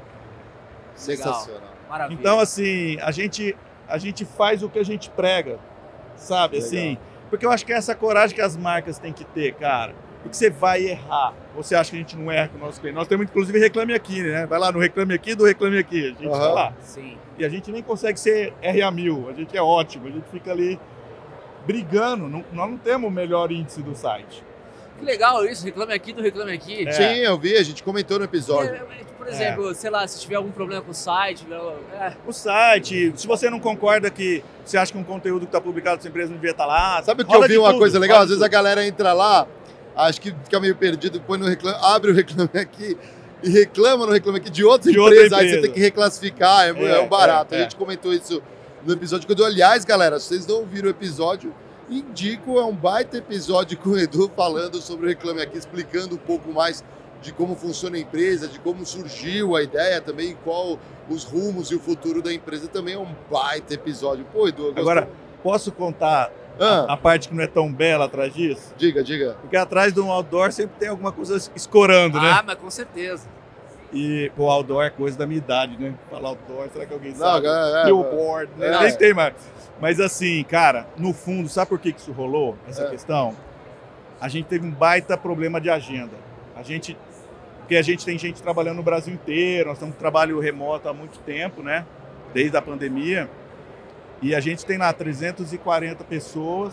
Sensacional. Maravilha. Então, assim, a gente, a gente faz o que a gente prega, sabe? Legal. Assim, porque eu acho que é essa coragem que as marcas têm que ter, cara. Porque você vai errar. Você acha que a gente não erra com o nosso cliente? Nós temos, inclusive, Reclame Aqui, né? Vai lá no Reclame Aqui do Reclame Aqui. A gente Aham. tá lá. Sim. E a gente nem consegue ser R A mil. A gente é ótimo. A gente fica ali brigando. Não- nós não temos o melhor índice do site. Que legal isso, Reclame Aqui do Reclame Aqui. É. Sim, eu vi, a gente comentou no episódio. É, é, por exemplo, sei lá, se tiver algum problema com o site, é, O site, se você não concorda que você acha que um conteúdo que está publicado na sua empresa não devia estar lá. Sabe o que rola eu vi de uma tudo, coisa legal? rola Às de vezes a tudo. galera entra lá, acho que fica meio perdido, põe no reclame, abre o Reclame Aqui e reclama no Reclame Aqui de outra De outra empresa, aí você empresa. tem que reclassificar, é, É, é um barato. é, A é. gente comentou isso no episódio que eu dou. Aliás, galera, se vocês não ouviram o episódio, indico, é um baita episódio com o Edu falando sobre o Reclame Aqui, explicando um pouco mais de como funciona a empresa, de como surgiu a ideia também, qual os rumos e o futuro da empresa. Também é um baita episódio. Pô, Edu, eu gostei. Agora, posso contar Ah, a parte que não é tão bela atrás disso? diga, diga. Porque atrás de um outdoor sempre tem alguma coisa escorando, né? ah, mas com certeza. E, pô, outdoor é coisa da minha idade, né? Falar outdoor, será que alguém Não, sabe? é, é, Billboard, né? é. Nem tem mais. Mas assim, cara, no fundo, sabe por que que isso rolou, essa É. questão? A gente teve um baita problema de agenda. A gente, porque a gente tem gente trabalhando no Brasil inteiro, nós estamos com trabalho remoto há muito tempo, né? Desde a pandemia. E a gente tem lá trezentas e quarenta pessoas,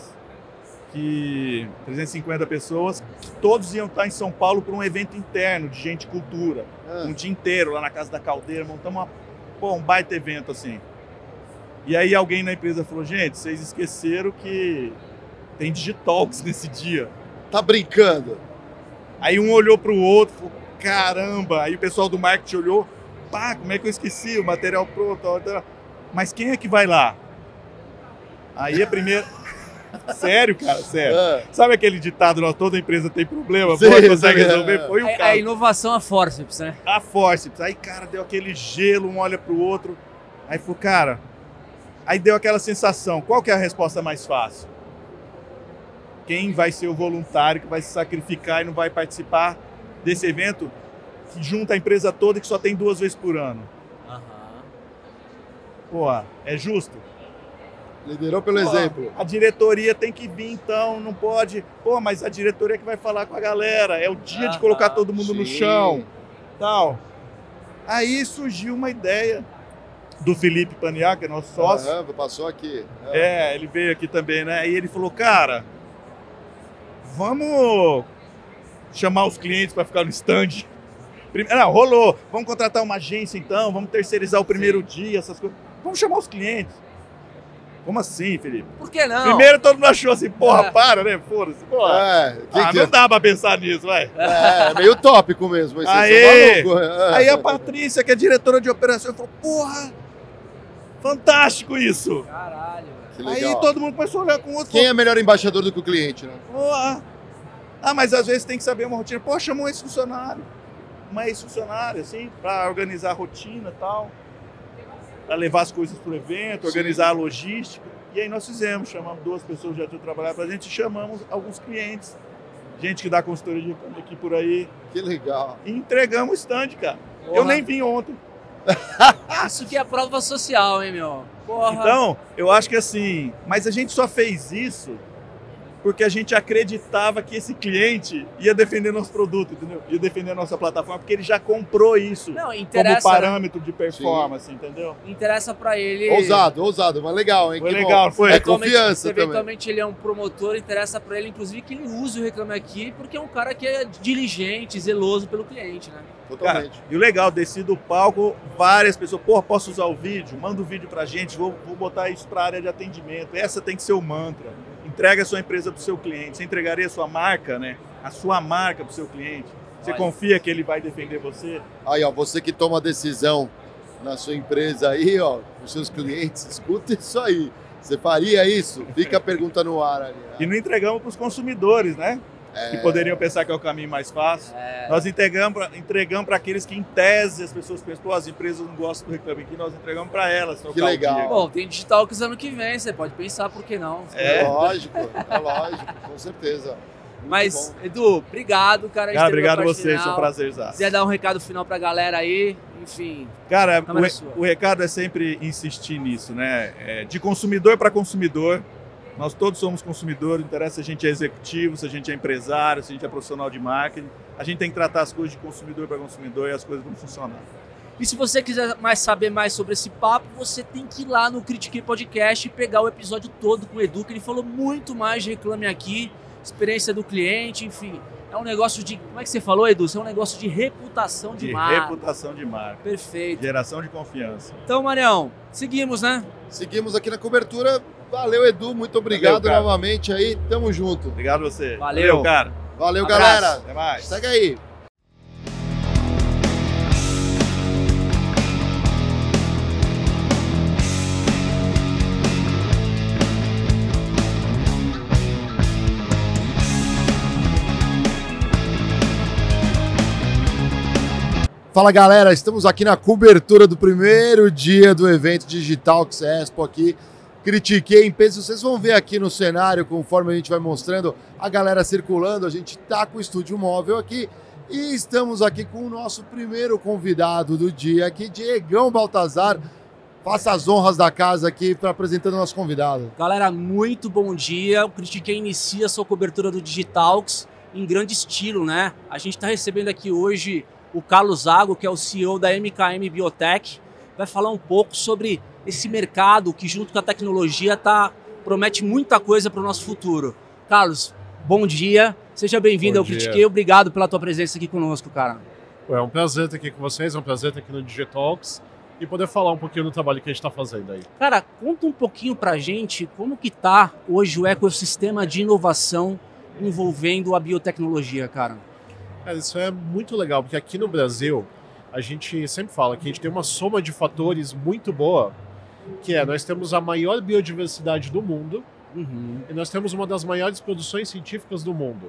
que trezentas e cinquenta pessoas, que todos iam estar em São Paulo para um evento interno de gente e cultura. Ah, Um dia inteiro lá na Casa da Caldeira, montamos uma, pô, um baita evento assim. E aí alguém na empresa falou, gente, vocês esqueceram que tem Digitalks nesse dia. tá brincando? Aí um olhou pro outro, falou, caramba. Aí o pessoal do marketing olhou, pá, como é que eu esqueci? O material pronto. Ó, tá. Mas quem é que vai lá? Aí a primeira... Sério, cara, sério. Ah, Sabe aquele ditado, lá, toda empresa tem problema, Sim, pô, consegue sim, resolver? é. Foi o A, a cara. inovação a forceps, né? A forceps. Aí, cara, deu aquele gelo, um olha pro outro. Aí falou, cara... Aí deu aquela sensação, qual que é a resposta mais fácil? Quem vai ser o voluntário que vai se sacrificar e não vai participar desse evento que junta a empresa toda e que só tem duas vezes por ano? Aham. Pô, é justo? liderou pelo Pô, exemplo. A diretoria tem que vir, então, não pode... Pô, mas a diretoria que vai falar com a galera, é o dia de Aham, colocar todo mundo no sim. chão, tal. Aí surgiu uma ideia do Felipe Paniac, que é nosso sócio. Aham, passou aqui. É, ele veio aqui também, né? E ele falou, cara, vamos chamar os clientes para ficar no stand. Prime- Não, rolou. Vamos contratar uma agência então, vamos terceirizar o primeiro dia, essas coisas. Vamos chamar os clientes. Como assim, Felipe? Por que não? Primeiro todo mundo achou assim, porra, É. para, né? Foda-se, porra. É, que ah, que- não dá pra pensar nisso, vai. é, é meio tópico mesmo. Mas vocês Aê! são malucos. É. Aí a Patrícia, que é diretora de operação, falou, porra, fantástico isso. Caralho, velho. Que legal. Aí todo mundo começou a olhar com o outro. Quem é melhor embaixador do que o cliente, né? Porra. Ah, mas às vezes tem que saber uma rotina. Pô, chama um ex-funcionário. Uma ex-funcionária, assim, pra organizar a rotina e tal. Pra levar as coisas pro evento, Sim. organizar a logística. E aí nós fizemos, chamamos duas pessoas que já tinham trabalhado pra gente e chamamos alguns clientes. Gente que dá consultoria de reclame aqui por aí. Que legal. E entregamos o stand, cara. Porra. Eu nem vim ontem. Isso que é prova social, hein, meu? Porra. Então, eu acho que assim, mas a gente só fez isso porque a gente acreditava que esse cliente ia defender nosso produto, entendeu? Ia defender a nossa plataforma, porque ele já comprou isso Não, interessa, como parâmetro de performance, Sim. entendeu? Interessa pra ele... Ousado, ousado, mas legal, hein? Foi que legal, bom. foi. É confiança se também. eventualmente ele é um promotor, interessa pra ele, inclusive, que ele use o Reclame Aqui, porque é um cara que é diligente, zeloso pelo cliente, né? Totalmente. Cara, e o legal, desci do palco, várias pessoas, pô, posso usar o vídeo? Manda o vídeo pra gente, vou, vou botar isso pra área de atendimento. Essa tem que ser o mantra. Entrega a sua empresa pro seu cliente. Você entregaria a sua marca, né? A sua marca pro seu cliente. Você Olha. confia que ele vai defender você? Aí, ó, você que toma decisão na sua empresa aí, ó, os seus clientes, escuta isso aí. Você faria isso? Fica a pergunta no ar ali. Né? E não entregamos pros consumidores, né? É... Que poderiam pensar que é o caminho mais fácil. É... Nós entregamos para entregamos para aqueles que, em tese, as pessoas pensam, pô, as empresas não gostam do Reclame Aqui, nós entregamos para elas. Que legal. Bom, tem Digital que ano que vem, você pode pensar, por que não? É, é lógico, é lógico, com certeza. Muito Mas, bom. Edu, obrigado, cara. Cara, obrigado a vocês, foi um prazer. Se quiser dar um recado final pra galera aí, enfim. Cara, o, Câmera re- sua. o recado é sempre insistir nisso, né? É, de consumidor para consumidor. Nós todos somos consumidores, não interessa se a gente é executivo, se a gente é empresário, se a gente é profissional de marketing. A gente tem que tratar as coisas de consumidor para consumidor e as coisas vão funcionar. E se você quiser mais saber mais sobre esse papo, você tem que ir lá no Critique Podcast e pegar o episódio todo com o Edu, que ele falou muito mais de Reclame Aqui, experiência do cliente, enfim. É um negócio de... Como é que você falou, Edu? Isso é um negócio de reputação de, De marca. reputação de marca. Perfeito. Geração de confiança. Então, Marião, seguimos, né? Seguimos aqui na cobertura. Valeu, Edu. Muito obrigado Valeu, cara. novamente aí. Tamo junto. Obrigado a você. Valeu. cara. Valeu, Abraço. galera. Até mais. Segue aí. Fala galera, estamos aqui na cobertura do primeiro dia do evento Digitalx Expo aqui. Critiquei em peso, vocês vão ver aqui no cenário, conforme a gente vai mostrando, a galera circulando, a gente tá com o estúdio móvel aqui e estamos aqui com o nosso primeiro convidado do dia aqui, Diegão Baltazar. Faça as honras da casa aqui para apresentando o nosso convidado. Galera, muito bom dia. O Critique inicia a sua cobertura do Digitalx em grande estilo, né? A gente está recebendo aqui hoje o Carlos Zago, que é o C E O da M K M Biotech, vai falar um pouco sobre esse mercado que, junto com a tecnologia, tá, promete muita coisa para o nosso futuro. Carlos, bom dia. Seja bem-vindo Bom ao dia. Critique. Obrigado pela tua presença aqui conosco, cara. É um prazer estar aqui com vocês, é um prazer estar aqui no Digitalx e poder falar um pouquinho do trabalho que a gente está fazendo aí. Cara, conta um pouquinho pra gente como que tá hoje o ecossistema de inovação envolvendo a biotecnologia, cara. Cara, isso é muito legal, porque aqui no Brasil, a gente sempre fala que a gente tem uma soma de fatores muito boa, que é, nós temos a maior biodiversidade do mundo Uhum. e nós temos uma das maiores produções científicas do mundo.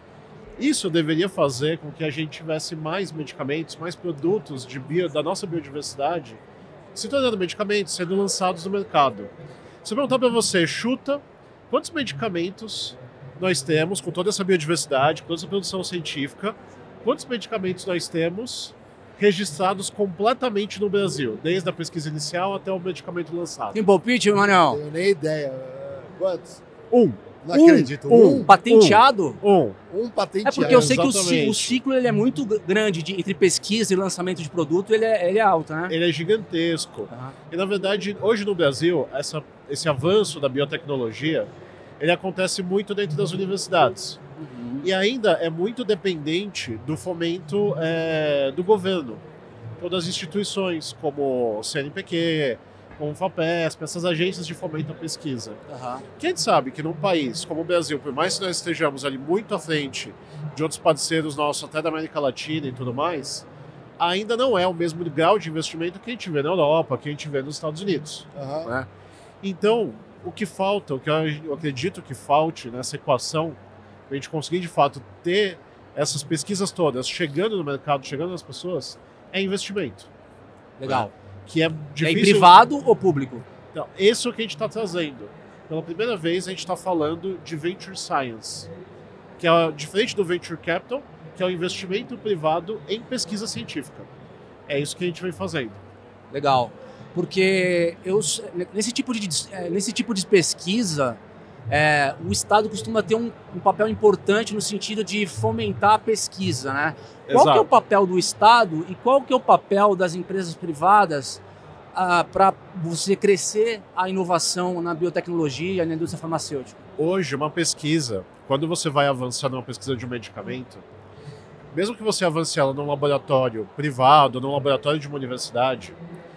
Isso deveria fazer com que a gente tivesse mais medicamentos, mais produtos de bio, da nossa biodiversidade se tornando medicamentos, sendo lançados no mercado. Se eu perguntar para você, chuta quantos medicamentos nós temos com toda essa biodiversidade, com toda essa produção científica, quantos medicamentos nós temos registrados completamente no Brasil, desde a pesquisa inicial até o medicamento lançado? Tem palpite, Manuel? Não tenho nem ideia. Quantos? Um. Não acredito. um. Um, Patenteado? Um. um É patenteado. porque eu sei que o, ci- Exatamente. o ciclo ele é muito g- grande de, entre pesquisa e lançamento de produto, ele é, ele é alto, né? Ele é gigantesco. Tá. E, na verdade, hoje no Brasil, essa, esse avanço da biotecnologia, ele acontece muito dentro das universidades. Uhum. E ainda é muito dependente do fomento é, do governo. Então, das instituições como o C N Pq, como o FAPESP, essas agências de fomento à pesquisa. Aham. Que a gente sabe que num país como o Brasil, por mais que nós estejamos ali muito à frente de outros parceiros nossos, até da América Latina e tudo mais, ainda não é o mesmo grau de investimento que a gente vê na Europa, que a gente vê nos Estados Unidos. Aham. Né? Então, o que falta, o que eu acredito que falte nessa equação, para a gente conseguir de fato ter essas pesquisas todas chegando no mercado, chegando nas pessoas, é investimento. Legal. Que é É difícil. em privado ou público? Então, esse é o que a gente está trazendo. Pela primeira vez, a gente está falando de Venture Science, que é diferente do Venture Capital, que é o investimento privado em pesquisa científica. É isso que a gente vem fazendo. Legal. Porque eu, nesse, tipo de, nesse tipo de pesquisa, É, o Estado costuma ter um, um papel importante no sentido de fomentar a pesquisa, né? Qual que é o papel do Estado e qual que é o papel das empresas privadas ah, para você crescer a inovação na biotecnologia e na indústria farmacêutica? Hoje, uma pesquisa, quando você vai avançar numa pesquisa de um medicamento, mesmo que você avance ela num laboratório privado, num laboratório de uma universidade,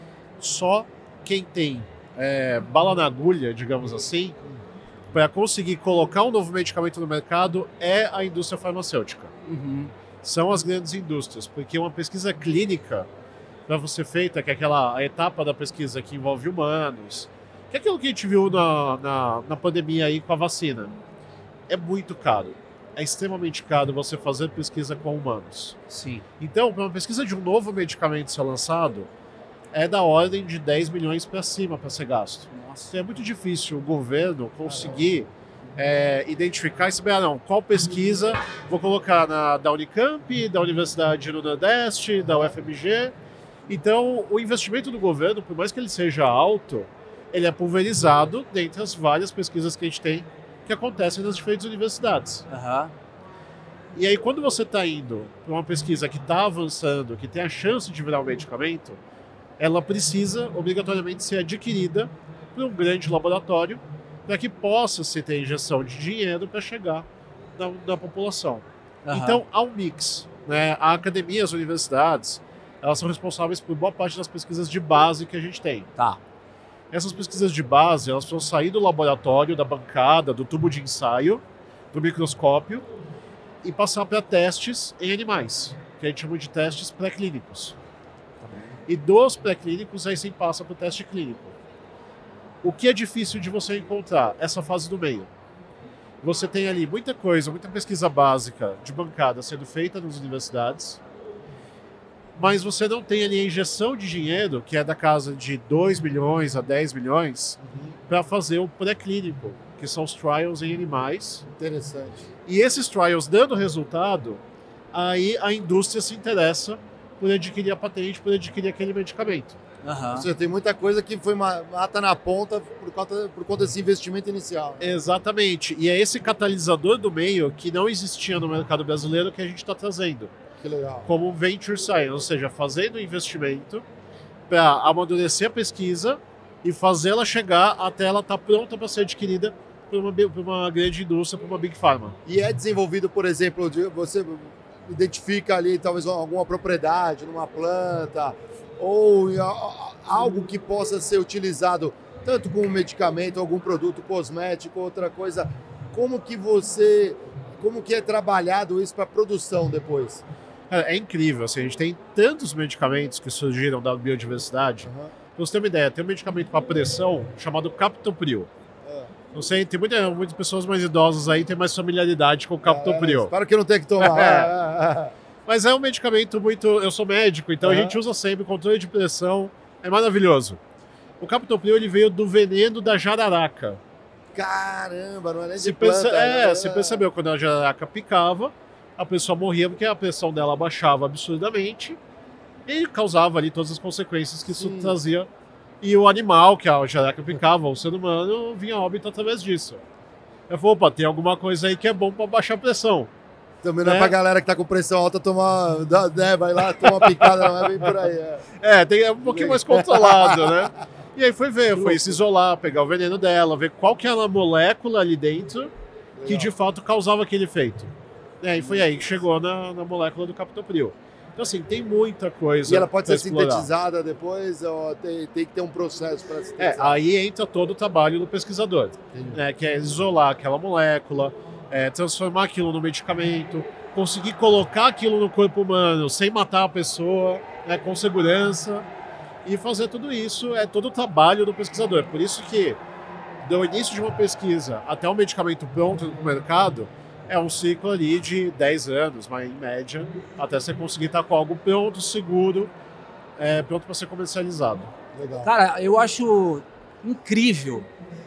só quem tem é, bala na agulha, digamos assim, para conseguir colocar um novo medicamento no mercado é a indústria farmacêutica. Uhum. São as grandes indústrias, porque uma pesquisa clínica, para você feita, que é aquela a etapa da pesquisa que envolve humanos, que é aquilo que a gente viu na, na, na pandemia aí com a vacina, é muito caro. É extremamente caro você fazer pesquisa com humanos. Sim. Então, para uma pesquisa de um novo medicamento ser lançado, é da ordem de dez milhões para cima para ser gasto. Nossa. Então é muito difícil o governo conseguir é, identificar e saber, ah, não, qual pesquisa vou colocar na, da Unicamp, da Universidade do Nordeste, da U F M G. Então, o investimento do governo, por mais que ele seja alto, ele é pulverizado dentre as várias pesquisas que a gente tem que acontecem nas diferentes universidades. Uhum. E aí, quando você está indo para uma pesquisa que está avançando, que tem a chance de virar um medicamento, ela precisa obrigatoriamente ser adquirida por um grande laboratório para que possa se ter injeção de dinheiro para chegar na, na população. Uhum. Então, há um mix, né? A academia, as universidades, elas são responsáveis por boa parte das pesquisas de base que a gente tem. Tá. Essas pesquisas de base, elas precisam sair do laboratório, da bancada, do tubo de ensaio, do microscópio e passar para testes em animais, que a gente chama de testes pré-clínicos. E dos pré-clínicos, aí sim passa para o teste clínico. O que é difícil de você encontrar? Essa fase do meio. Você tem ali muita coisa, muita pesquisa básica de bancada sendo feita nas universidades, mas você não tem ali a injeção de dinheiro, que é da casa de dois milhões a dez milhões, uhum. para fazer o pré-clínico, que são os trials em animais. Interessante. E esses trials dando resultado, aí a indústria se interessa por adquirir a patente, por adquirir aquele medicamento. Uhum. Ou seja, tem muita coisa que foi mata na ponta por conta, por conta desse investimento inicial. Exatamente. E é esse catalisador do meio que não existia no mercado brasileiro que a gente está trazendo. Que legal. Como Venture Science, ou seja, fazendo investimento para amadurecer a pesquisa e fazê-la chegar até ela estar tá pronta para ser adquirida por uma, por uma grande indústria, por uma Big Pharma. E é desenvolvido, por exemplo, de, você identifica ali talvez alguma propriedade numa planta ou algo que possa ser utilizado tanto como medicamento, algum produto cosmético, outra coisa. Como que você, como que é trabalhado isso para produção depois? É, é incrível, assim, a gente tem tantos medicamentos que surgiram da biodiversidade. Uhum. Pra você ter uma ideia, tem um medicamento para pressão chamado Captopril. É. Não sei, tem muita, muitas pessoas mais idosas aí que têm mais familiaridade com o Captopril. É, espero que não tenha que tomar. É. Mas é um medicamento muito... Eu sou médico, então uhum. a gente usa sempre controle de pressão. É maravilhoso. O Captopril ele veio do veneno da jararaca. Caramba, não é nem de se planta. Pensa, é, né? você percebeu, quando a jararaca picava, a pessoa morria porque a pressão dela baixava absurdamente e causava ali todas as consequências que Sim. isso trazia. E o animal, que a jararaca picava, o ser humano, vinha a óbito através disso. Eu falei, opa, tem alguma coisa aí que é bom para baixar a pressão. Também não é, é pra galera que tá com pressão alta tomar, né, vai lá, toma uma picada, não é bem por aí. É, é, tem, é um pouquinho mais controlado, né? E aí foi ver, foi se isolar, pegar o veneno dela, ver qual que era a molécula ali dentro Legal. que de fato causava aquele efeito. É, e foi aí que chegou na, na molécula do Captopril. Então assim, tem muita coisa. E ela pode ser explorar. sintetizada depois, ou tem, tem que ter um processo para sintetizar? É, aí entra todo o trabalho do pesquisador, né, que é isolar aquela molécula, é, transformar aquilo no medicamento, conseguir colocar aquilo no corpo humano sem matar a pessoa, né, com segurança. E fazer tudo isso é todo o trabalho do pesquisador. Por isso que, do início de uma pesquisa até o medicamento pronto no mercado, é um ciclo ali de dez anos, mas em média, até você conseguir estar com algo pronto, seguro, é, pronto para ser comercializado. Legal. Cara, eu acho incrível,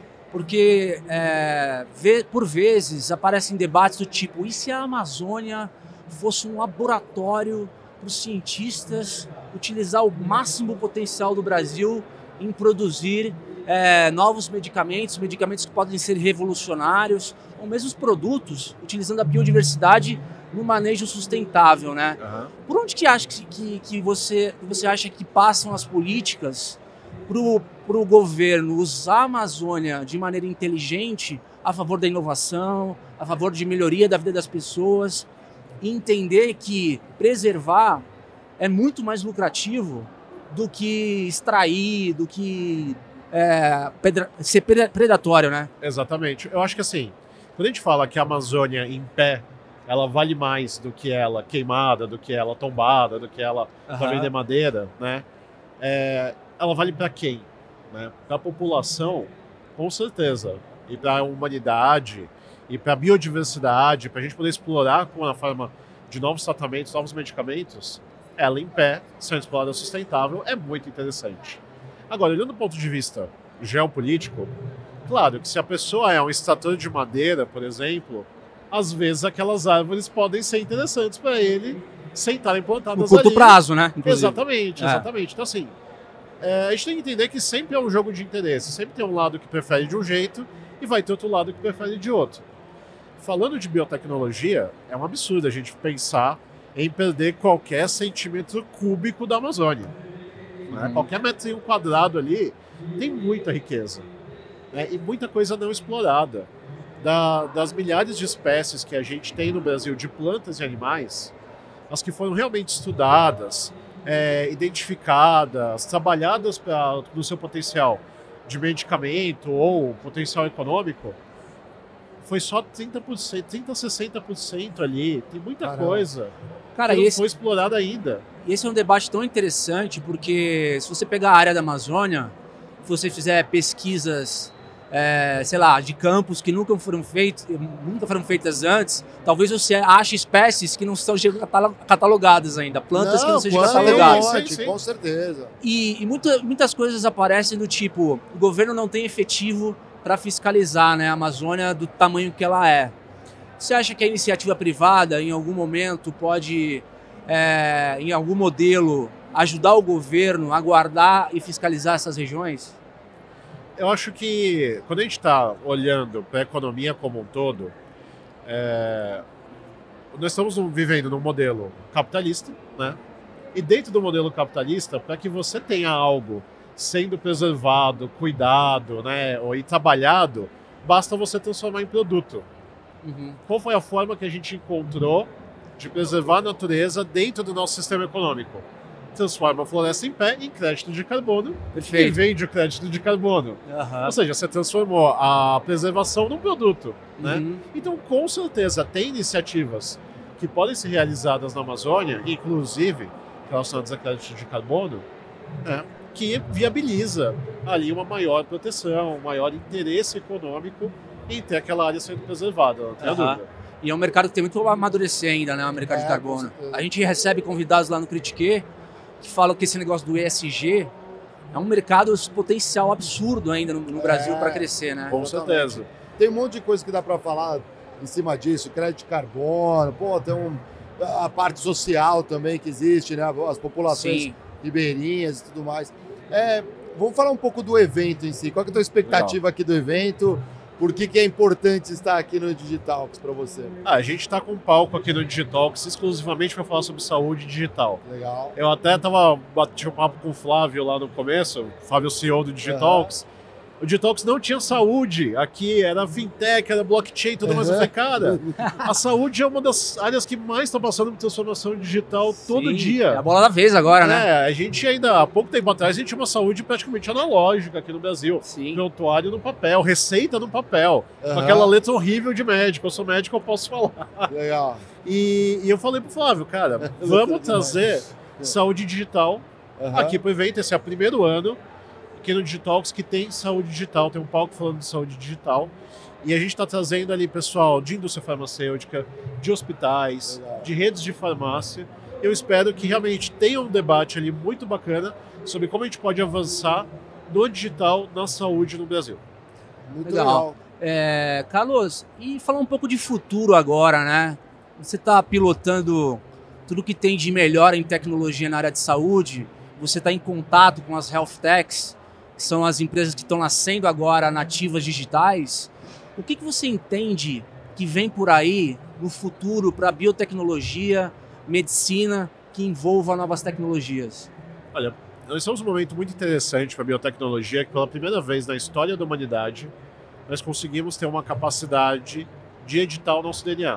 porque é, vê, por vezes aparecem debates do tipo, e se a Amazônia fosse um laboratório para os cientistas utilizar o máximo potencial do Brasil em produzir é, novos medicamentos, medicamentos que podem ser revolucionários, ou mesmo os produtos, utilizando a biodiversidade no manejo sustentável, né? Uhum. Por onde que, acha que, que, que você, você acha que passam as políticas para o governo usar a Amazônia de maneira inteligente a favor da inovação, a favor de melhoria da vida das pessoas, e entender que preservar é muito mais lucrativo do que extrair, do que é, pedra, ser predatório, né? Exatamente. Eu acho que assim, quando a gente fala que a Amazônia em pé, ela vale mais do que ela queimada, do que ela tombada, do que ela Uhum. para vender madeira, né? É, ela vale para quem? Né? Para a população, com certeza. E para a humanidade, e para a biodiversidade, para a gente poder explorar com a forma de novos tratamentos, novos medicamentos, ela em pé, sendo explorada sustentável, é muito interessante. Agora, olhando do ponto de vista geopolítico, claro que se a pessoa é um extrator de madeira, por exemplo, às vezes aquelas árvores podem ser interessantes para ele sem estarem plantadas No curto ali. prazo, né? Inclusive. Exatamente, É. exatamente. Então, assim, é, a gente tem que entender que sempre é um jogo de interesse. Sempre tem um lado que prefere de um jeito e vai ter outro lado que prefere de outro. Falando de biotecnologia, é um absurdo a gente pensar em perder qualquer centímetro cúbico da Amazônia. Né? Uhum. Qualquer metrinho quadrado ali tem muita riqueza, né? E muita coisa não explorada. Da, das milhares de espécies que a gente tem no Brasil de plantas e animais, as que foram realmente estudadas, é, identificadas, trabalhadas pra, no seu potencial de medicamento ou potencial econômico, foi só trinta por cento, trinta a sessenta por cento ali. Tem muita Caramba. coisa Cara, que não esse, foi explorada ainda. esse é um debate tão interessante, porque se você pegar a área da Amazônia, se você fizer pesquisas, é, sei lá, de campos que nunca foram feitos, nunca foram feitas antes, talvez você ache espécies que não estão catalogadas ainda, plantas que não sejam quando catalogadas. tem um monte, Sim, sim. com certeza. E, e muita- muitas coisas aparecem do tipo, o governo não tem efetivo para fiscalizar, né, a Amazônia do tamanho que ela é. Você acha que a iniciativa privada, em algum momento, pode, é, em algum modelo, ajudar o governo a guardar e fiscalizar essas regiões? Eu acho que quando a gente está olhando para a economia como um todo, é, nós estamos num- vivendo num modelo capitalista, né? E dentro do modelo capitalista, para que você tenha algo sendo preservado, cuidado, né, ou e trabalhado, basta você transformar em produto. Uhum. Qual foi a forma que a gente encontrou de preservar a natureza dentro do nosso sistema econômico? Transforma a floresta em pé em crédito de carbono e Perfeito. vende o crédito de carbono. Aham. Ou seja, você transformou a preservação num produto, né? Uhum. Então, com certeza, tem iniciativas que podem ser realizadas na Amazônia, inclusive relacionadas a crédito de carbono, né, que viabiliza ali uma maior proteção, um maior interesse econômico em ter aquela área sendo preservada, não tem Aham. dúvida. E é um mercado que tem muito a amadurecer ainda, né? O mercado É, de com carbono. certeza. A gente recebe convidados lá no Critique que falam que esse negócio do E S G é um mercado potencial absurdo ainda no, no É. Brasil para crescer, né? Com Exatamente. certeza. Tem um monte de coisa que dá para falar em cima disso, crédito de carbono, pô, tem um, a parte social também que existe, né? As populações Sim. ribeirinhas e tudo mais. É, vamos falar um pouco do evento em si. Qual que é a tua expectativa aqui do evento? Por que, que é importante estar aqui no Digitalks para você? Ah, a gente está com um palco aqui no Digitalks exclusivamente para falar sobre saúde digital. Legal. Eu até tava bati um papo com o Flávio lá no começo, o Flávio C E O do Digitalks. O Digitalks não tinha saúde aqui, era fintech, era blockchain, tudo mais. Eu falei, cara, a saúde é uma das áreas que mais está passando por transformação digital todo Sim. dia. É a bola da vez agora, né? É, a gente ainda, há pouco tempo atrás, a gente tinha uma saúde praticamente analógica aqui no Brasil. Sim. Prontuário no papel, receita no papel, com Aham. aquela letra horrível de médico. Eu sou médico, eu posso falar. Legal. E, e eu falei pro Flávio, cara, vamos trazer saúde digital Aham. aqui pro evento. Esse é o primeiro ano aqui no Digitalks que tem saúde digital, tem um palco falando de saúde digital. E a gente está trazendo ali pessoal de indústria farmacêutica, de hospitais, Legal. de redes de farmácia. Eu espero que realmente tenha um debate ali muito bacana sobre como a gente pode avançar no digital, na saúde no Brasil. Muito Legal. legal. É, Carlos, e falar um pouco de futuro agora, né? Você está pilotando tudo que tem de melhor em tecnologia na área de saúde, você está em contato com as health techs. que são as empresas que estão nascendo agora, nativas digitais, o que, que você entende que vem por aí no futuro para biotecnologia, medicina, que envolva novas tecnologias? Olha, nós estamos num momento muito interessante para a biotecnologia, que pela primeira vez na história da humanidade, nós conseguimos ter uma capacidade de editar o nosso D N A.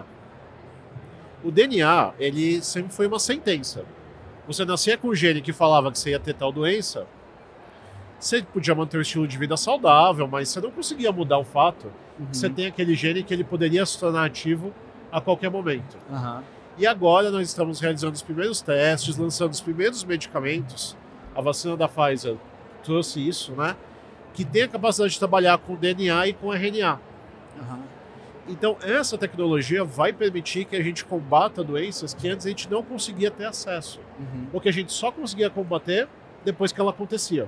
O D N A, ele sempre foi uma sentença. Você nascia com um gene que falava que você ia ter tal doença, você podia manter um estilo de vida saudável, mas você não conseguia mudar o fato uhum. que você tem aquele gene que ele poderia se tornar ativo a qualquer momento. Uhum. E agora nós estamos realizando os primeiros testes, lançando os primeiros medicamentos. A vacina da Pfizer trouxe isso, né? Que tem a capacidade de trabalhar com D N A e com R N A. Uhum. Então, essa tecnologia vai permitir que a gente combata doenças que antes a gente não conseguia ter acesso. Uhum. Ou que a gente só conseguia combater depois que ela acontecia.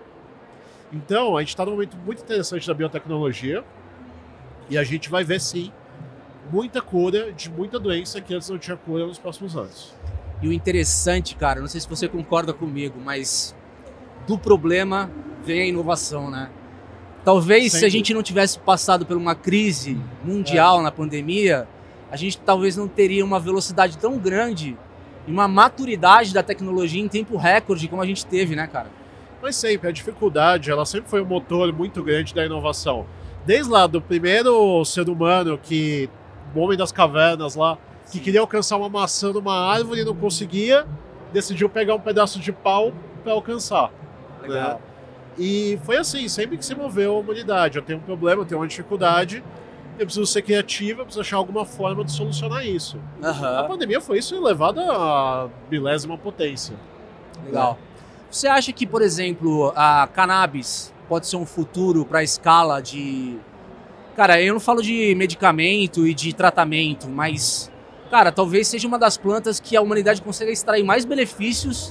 Então, a gente está num momento muito interessante da biotecnologia e a gente vai ver, sim, muita cura de muita doença que antes não tinha cura nos próximos anos. E o interessante, cara, não sei se você concorda comigo, mas do problema vem a inovação, né? Talvez Sempre. se a gente não tivesse passado por uma crise mundial é. na pandemia, a gente talvez não teria uma velocidade tão grande e uma maturidade da tecnologia em tempo recorde como a gente teve, né, cara? Mas sempre, a dificuldade, ela sempre foi um motor muito grande da inovação. Desde lá do primeiro ser humano que o homem das cavernas lá, que queria alcançar uma maçã numa árvore e não conseguia, decidiu pegar um pedaço de pau para alcançar. Legal. Né? E foi assim, sempre que se moveu a humanidade. Eu tenho um problema, eu tenho uma dificuldade, eu preciso ser criativo, eu preciso achar alguma forma de solucionar isso. Uhum. A pandemia foi isso elevado à milésima potência. Legal. Né? Você acha que, por exemplo, a cannabis pode ser um futuro para a escala de... Cara, eu não falo de medicamento e de tratamento, mas, cara, talvez seja uma das plantas que a humanidade consiga extrair mais benefícios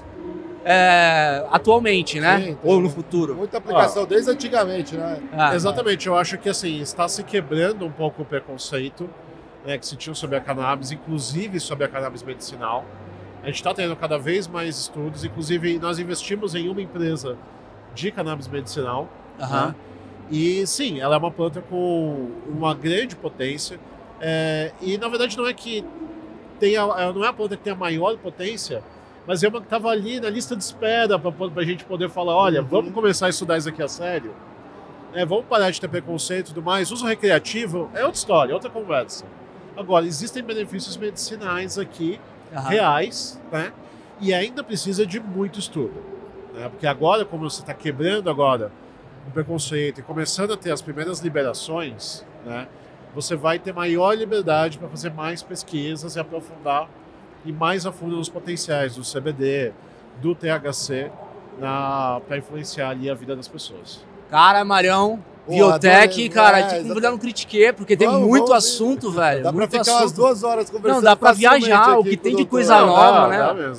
é, atualmente, né? Sim, ou no futuro. Muita aplicação, ah. desde antigamente, né? Ah, Exatamente, eu acho que assim, está se quebrando um pouco o preconceito, né, que se tinha sobre a cannabis, inclusive sobre a cannabis medicinal. A gente está tendo cada vez mais estudos, inclusive nós investimos em uma empresa de cannabis medicinal, uhum. né? E sim, ela é uma planta com uma grande potência, é, e na verdade não é que tenha, não é a planta que tem a maior potência, mas é uma que estava ali na lista de espera para a gente poder falar, olha, uhum. vamos começar a estudar isso aqui a sério, é, vamos parar de ter preconceito e tudo mais. Uso recreativo é outra história, outra conversa. Agora, existem benefícios medicinais aqui, uhum. reais, né? E ainda precisa de muito estudo, né? Porque agora, como você está quebrando agora o preconceito e começando a ter as primeiras liberações, né, você vai ter maior liberdade para fazer mais pesquisas e aprofundar e mais a fundo nos potenciais do C B D, do T H C, para influenciar ali a vida das pessoas. Cara, Marião, Pô, Biotech, adorei, cara, é, tem que convidar no Critique, porque vamos, tem muito vamos, assunto, velho. Dá muito pra ficar assunto. umas duas horas conversando. Não, dá pra viajar, o que tem de coisa Não, nova, dá, né? Dá mesmo.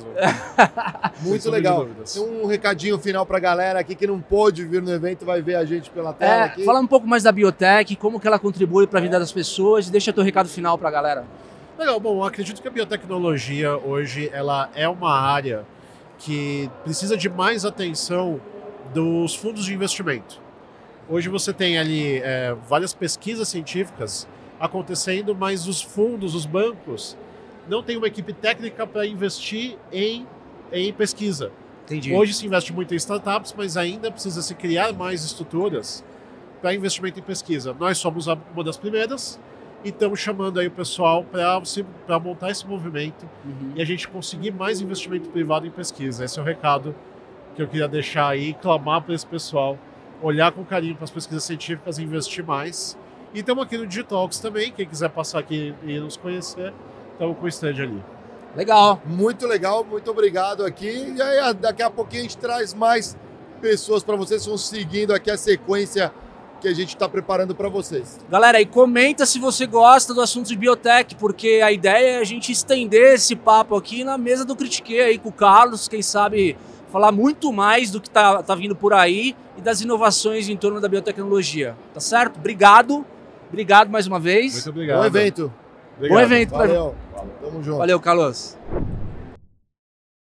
Muito legal. Tem um recadinho final pra galera aqui que não pôde vir no evento, vai ver a gente pela tela É, aqui. fala um pouco mais da Biotech, como que ela contribui pra vida das pessoas e deixa teu recado final pra galera. Legal, bom, eu acredito que a biotecnologia hoje ela é uma área que precisa de mais atenção dos fundos de investimento. Hoje você tem ali é, várias pesquisas científicas acontecendo, mas os fundos, os bancos, não têm uma equipe técnica para investir em, em pesquisa. Entendi. Hoje se investe muito em startups, mas ainda precisa se criar mais estruturas para investimento em pesquisa. Nós somos uma das primeiras e estamos chamando aí o pessoal para montar esse movimento uhum. e a gente conseguir mais investimento privado em pesquisa. Esse é o recado que eu queria deixar aí, clamar para esse pessoal olhar com carinho para as pesquisas científicas e investir mais. E estamos aqui no Digitalks também, quem quiser passar aqui e nos conhecer, estamos com o stand ali. Legal. Muito legal, muito obrigado aqui. E aí daqui a pouquinho a gente traz mais pessoas para vocês, vão seguindo aqui a sequência que a gente está preparando para vocês. Galera, e comenta se você gosta do assunto de biotech, porque a ideia é a gente estender esse papo aqui na mesa do Critique aí com o Carlos, quem sabe falar muito mais do que tá, tá vindo por aí e das inovações em torno da biotecnologia. Tá certo? Obrigado. Obrigado mais uma vez. Muito obrigado. Bom evento. Obrigado. Bom evento. Valeu. Tamo junto. Valeu, Carlos.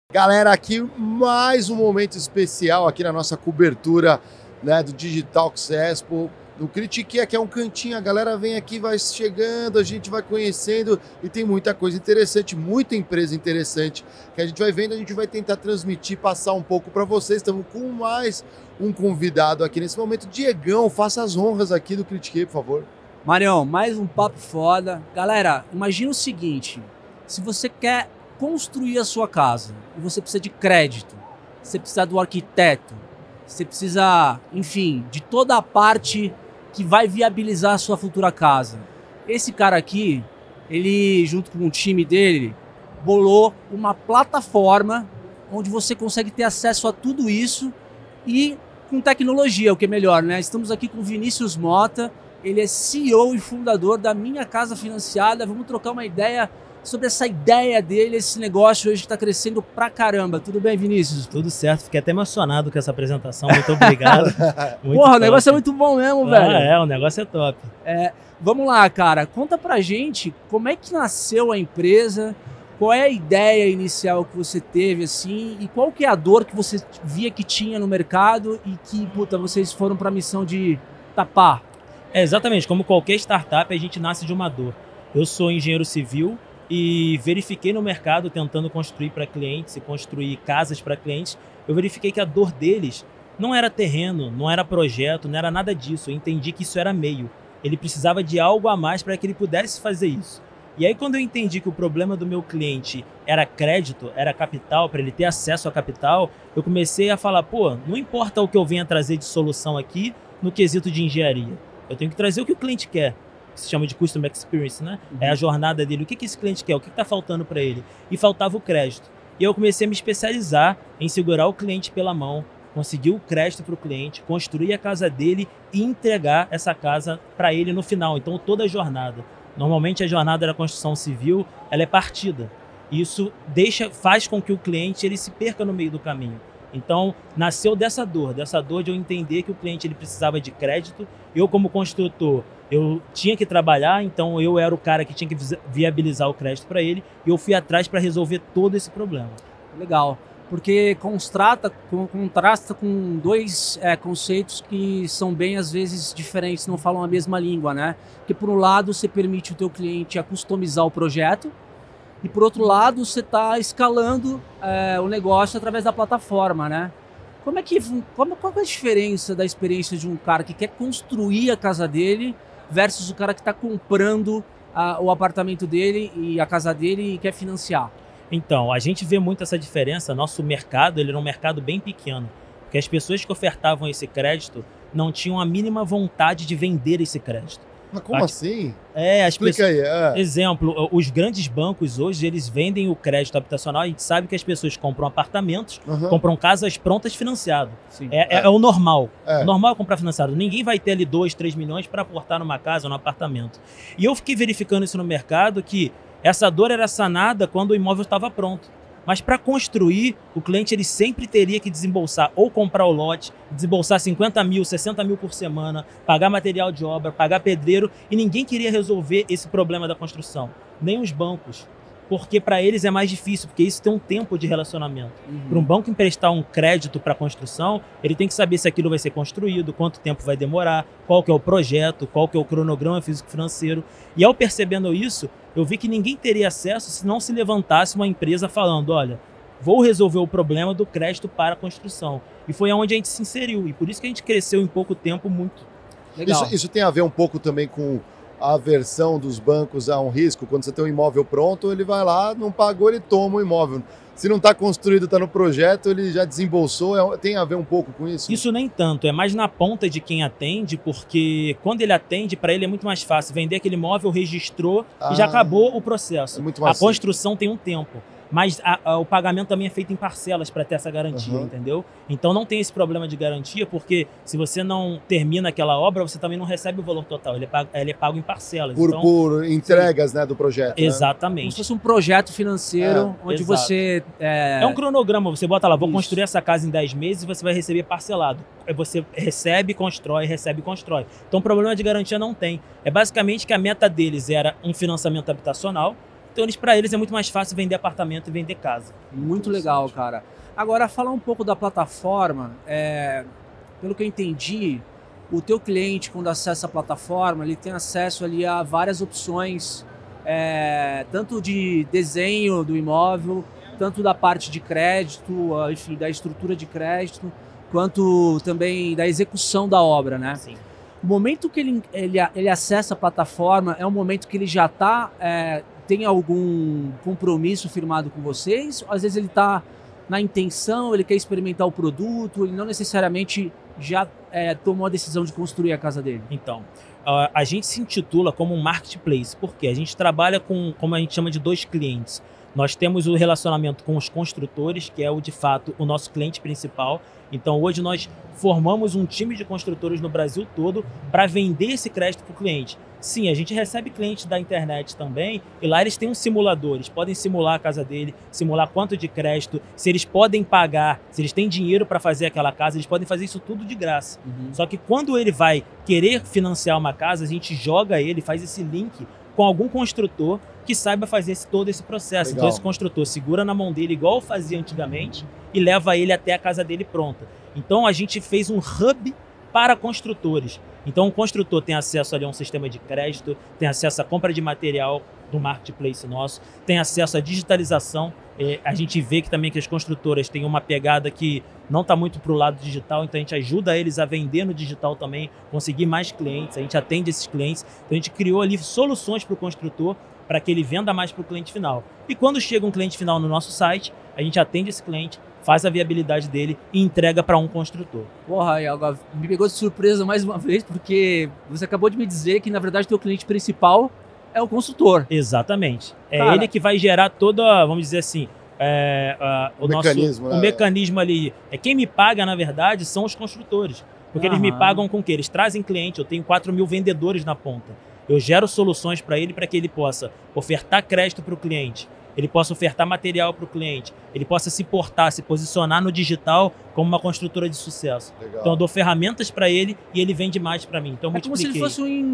Galera, aqui mais um momento especial aqui na nossa cobertura, né, do Digitalx Expo, do Critique, que é um cantinho, a galera vem aqui, vai chegando, a gente vai conhecendo e tem muita coisa interessante, muita empresa interessante que a gente vai vendo, a gente vai tentar transmitir, passar um pouco para vocês. Estamos com mais um convidado aqui nesse momento. Diegão, faça as honras aqui do Critique, por favor. Marião, mais um papo foda. Galera, imagina o seguinte, se você quer construir a sua casa e você precisa de crédito, você precisa do arquiteto, você precisa, enfim, de toda a parte que vai viabilizar a sua futura casa. Esse cara aqui, ele, junto com o time dele, bolou uma plataforma onde você consegue ter acesso a tudo isso e com tecnologia, o que é melhor, né? Estamos aqui com o Vinícius Mota, ele é C E O e fundador da Minha Casa Financiada. Vamos trocar uma ideia sobre essa ideia dele, esse negócio hoje está crescendo pra caramba. Tudo bem, Vinícius? Tudo certo, fiquei até emocionado com essa apresentação, muito obrigado. Muito Porra, top. o negócio é muito bom mesmo, ah, velho. É, o negócio é top. É, vamos lá, cara, conta pra gente como é que nasceu a empresa, qual é a ideia inicial que você teve, assim, e qual que é a dor que você via que tinha no mercado e que, puta, vocês foram pra missão de tapar. É, exatamente, como qualquer startup, a gente nasce de uma dor. Eu sou engenheiro civil, e verifiquei no mercado, tentando construir para clientes e construir casas para clientes, eu verifiquei que a dor deles não era terreno, não era projeto, não era nada disso. Eu entendi que isso era meio. Ele precisava de algo a mais para que ele pudesse fazer isso. E aí, quando eu entendi que o problema do meu cliente era crédito, era capital, para ele ter acesso a capital, eu comecei a falar, pô, não importa o que eu venha trazer de solução aqui no quesito de engenharia. Eu tenho que trazer o que o cliente quer. Que se chama de Customer Experience, né? Uhum. É a jornada dele, o que, que esse cliente quer, o que está faltando para ele. E faltava o crédito. E eu comecei a me especializar em segurar o cliente pela mão, conseguir o crédito para o cliente, construir a casa dele e entregar essa casa para ele no final. Então, toda a jornada. Normalmente, a jornada da construção civil, ela é partida. Isso deixa, faz com que o cliente ele se perca no meio do caminho. Então, nasceu dessa dor, dessa dor de eu entender que o cliente ele precisava de crédito. Eu, como construtor, eu tinha que trabalhar, então eu era o cara que tinha que viabilizar o crédito para ele e eu fui atrás para resolver todo esse problema. Legal, porque contrasta, contrasta com dois é, conceitos que são bem, às vezes, diferentes, não falam a mesma língua, né? Porque, por um lado, você permite o teu cliente a customizar o projeto e, por outro lado, você está escalando é, o negócio através da plataforma, né? Como é que, como, qual é a diferença da experiência de um cara que quer construir a casa dele versus o cara que está comprando a, o apartamento dele e a casa dele e quer financiar? Então, a gente vê muito essa diferença. Nosso mercado ele era um mercado bem pequeno, porque as pessoas que ofertavam esse crédito não tinham a mínima vontade de vender esse crédito. Mas como Aqui, assim? É, as Explica pessoas, aí. É. Exemplo, os grandes bancos hoje, eles vendem o crédito habitacional. A gente sabe que as pessoas compram apartamentos, uhum. compram casas prontas financiado. É, é. é o normal. É. O normal é comprar financiado. Ninguém vai ter ali dois, três milhões para aportar numa casa ou num apartamento. E eu fiquei verificando isso no mercado, que essa dor era sanada quando o imóvel estava pronto. Mas para construir, o cliente ele sempre teria que desembolsar ou comprar o lote, desembolsar cinquenta mil, sessenta mil por semana, pagar material de obra, pagar pedreiro, e ninguém queria resolver esse problema da construção, nem os bancos. Porque para eles é mais difícil, porque isso tem um tempo de relacionamento. Uhum. Para um banco emprestar um crédito para construção, ele tem que saber se aquilo vai ser construído, quanto tempo vai demorar, qual que é o projeto, qual que é o cronograma físico-financeiro. E ao percebendo isso, eu vi que ninguém teria acesso se não se levantasse uma empresa falando, olha, vou resolver o problema do crédito para a construção. E foi onde a gente se inseriu, e por isso que a gente cresceu em pouco tempo muito. Legal. Isso, isso tem a ver um pouco também com a aversão dos bancos a um risco. Quando você tem um imóvel pronto, ele vai lá, não pagou, ele toma o imóvel. Se não está construído, está no projeto, ele já desembolsou. É, tem a ver um pouco com isso? Isso nem tanto, é mais na ponta de quem atende, porque quando ele atende, para ele é muito mais fácil vender aquele imóvel, registrou ah, e já acabou o processo. É muito mais a construção simples. Tem um tempo. Mas a, a, o pagamento também é feito em parcelas para ter essa garantia, uhum. entendeu? Então não tem esse problema de garantia, porque se você não termina aquela obra, você também não recebe o valor total, ele é pago, ele é pago em parcelas. Por, então, por entregas, né, do projeto. Exatamente. Né? Como se fosse um projeto financeiro, é, onde exato. você... É... é um cronograma, você bota lá, vou Isso. construir essa casa em dez meses e você vai receber parcelado. Você recebe, constrói, recebe, constrói. Então problema de garantia não tem. É basicamente que a meta deles era um financiamento habitacional, Então, eles, para eles é muito mais fácil vender apartamento e vender casa. Muito legal, cara. Agora, falar um pouco da plataforma, é, pelo que eu entendi, o teu cliente, quando acessa a plataforma, ele tem acesso ali a várias opções, é, tanto de desenho do imóvel, tanto da parte de crédito, enfim, da estrutura de crédito, quanto também da execução da obra, né? Sim. O momento que ele, ele, ele acessa a plataforma é um momento que ele já está, é, tem algum compromisso firmado com vocês? Ou às vezes ele está na intenção, ele quer experimentar o produto, ele não necessariamente já é, tomou a decisão de construir a casa dele? Então, a, a gente se intitula como um marketplace, porque a gente trabalha com, como a gente chama de dois clientes. Nós temos o relacionamento com os construtores, que é o de fato o nosso cliente principal. Então hoje nós formamos um time de construtores no Brasil todo para vender esse crédito para o cliente. Sim, a gente recebe clientes da internet também e lá eles têm um simulador, eles podem simular a casa dele, simular quanto de crédito, se eles podem pagar, se eles têm dinheiro para fazer aquela casa, eles podem fazer isso tudo de graça. Uhum. Só que quando ele vai querer financiar uma casa, a gente joga ele, faz esse link com algum construtor que saiba fazer esse, todo esse processo. Legal. Então esse construtor segura na mão dele igual fazia antigamente e leva ele até a casa dele pronta. Então a gente fez um hub para construtores. Então o construtor tem acesso ali a um sistema de crédito, tem acesso à compra de material do marketplace nosso, tem acesso à digitalização. É, a gente vê que também que as construtoras têm uma pegada que não está muito para o lado digital, então a gente ajuda eles a vender no digital também, conseguir mais clientes, a gente atende esses clientes. Então a gente criou ali soluções para o construtor para que ele venda mais para o cliente final. E quando chega um cliente final no nosso site, a gente atende esse cliente, faz a viabilidade dele e entrega para um construtor. Porra, Iago, me pegou de surpresa mais uma vez, porque você acabou de me dizer que, na verdade, o teu cliente principal é o construtor. Exatamente. É Cara, ele que vai gerar toda, vamos dizer assim, é, a, o, O nosso, mecanismo, né? o mecanismo ali. É quem me paga, na verdade, são os construtores. Porque eles me Aham. pagam com o quê? Eles trazem cliente, eu tenho quatro mil vendedores na ponta. Eu gero soluções para ele para que ele possa ofertar crédito para o cliente, ele possa ofertar material para o cliente, ele possa se portar, se posicionar no digital como uma construtora de sucesso. Legal. Então eu dou ferramentas para ele e ele vende mais para mim. Então eu É como se ele multipliquei. fosse um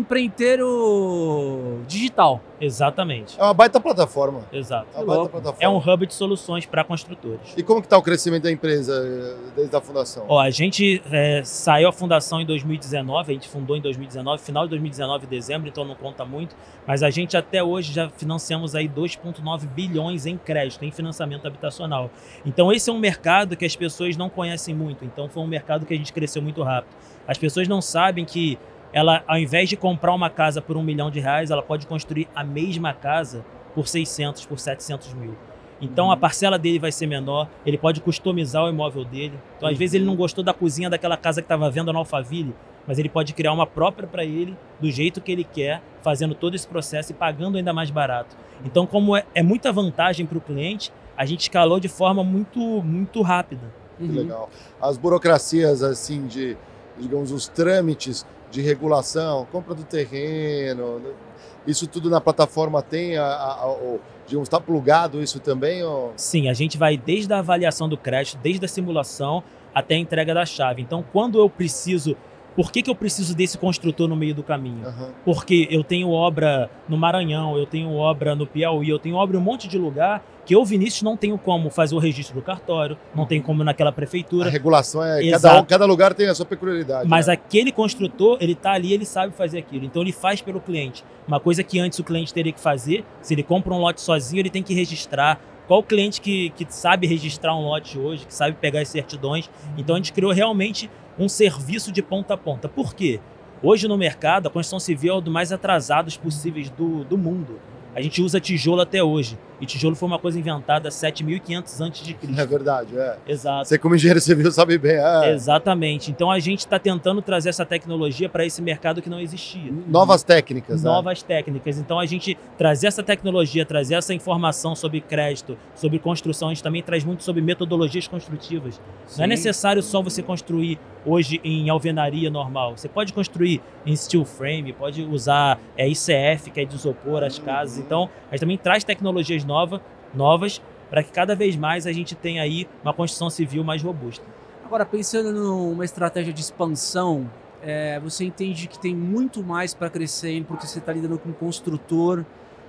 empreiteiro digital. Exatamente. É uma baita plataforma. Exato. É uma baita louco. plataforma. É um hub de soluções para construtores. E como que está o crescimento da empresa eh, desde a fundação? Ó, a gente é, saiu a fundação em dois mil e dezenove, a gente fundou em dois mil e dezenove, final de dois mil e dezenove, dezembro, então não conta muito, mas a gente até hoje já financiamos aí dois vírgula nove bilhões em crédito, em financiamento habitacional. Então esse é um mercado que as pessoas não conhecem muito, então foi um mercado que a gente cresceu muito rápido. As pessoas não sabem que ela, ao invés de comprar uma casa por um milhão de reais, ela pode construir a mesma casa por seiscentos, por setecentos mil. Então a parcela dele vai ser menor, ele pode customizar o imóvel dele. Então às vezes ele não gostou da cozinha daquela casa que estava vendo no Alphaville, mas ele pode criar uma própria para ele, do jeito que ele quer, fazendo todo esse processo e pagando ainda mais barato. Então como é, é muita vantagem para o cliente, a gente escalou de forma muito, muito rápida. Que legal. As burocracias, assim, de, digamos, os trâmites de regulação, compra do terreno, isso tudo na plataforma tem, a, a, a, o, digamos, está plugado isso também? Ou... Sim, a gente vai desde a avaliação do crédito, desde a simulação até a entrega da chave. Então, quando eu preciso... Por que que eu preciso desse construtor no meio do caminho? Uhum. Porque eu tenho obra no Maranhão, eu tenho obra no Piauí, eu tenho obra em um monte de lugar que eu, Vinícius, não tenho como fazer o registro do cartório, não tenho como naquela prefeitura. A regulação é... Cada, Exato. cada lugar tem a sua peculiaridade. Mas né? aquele construtor, ele tá ali, ele sabe fazer aquilo. Então ele faz pelo cliente. Uma coisa que antes o cliente teria que fazer, se ele compra um lote sozinho, ele tem que registrar. Qual cliente que, que sabe registrar um lote hoje, que sabe pegar as certidões? Então a gente criou realmente um serviço de ponta a ponta. Por quê? Hoje no mercado, a construção civil é um dos mais atrasados possíveis do, do mundo. A gente usa tijolo até hoje. E tijolo foi uma coisa inventada sete mil e quinhentos antes de Cristo. É verdade, é. Exato. Você como engenheiro civil sabe bem. É. Exatamente. Então a gente está tentando trazer essa tecnologia para esse mercado que não existia. Novas técnicas, né? Novas técnicas. Então a gente trazer essa tecnologia, trazer essa informação sobre crédito, sobre construção, a gente também traz muito sobre metodologias construtivas. Não é necessário só você construir hoje em alvenaria normal. Você pode construir em steel frame, pode usar é, I C F, que é de isopor, as casas. Então a gente também traz tecnologias nova, novas para que cada vez mais a gente tenha aí uma construção civil mais robusta. Agora, pensando numa estratégia de expansão, é, você entende que tem muito mais para crescer, porque você está lidando com um construtor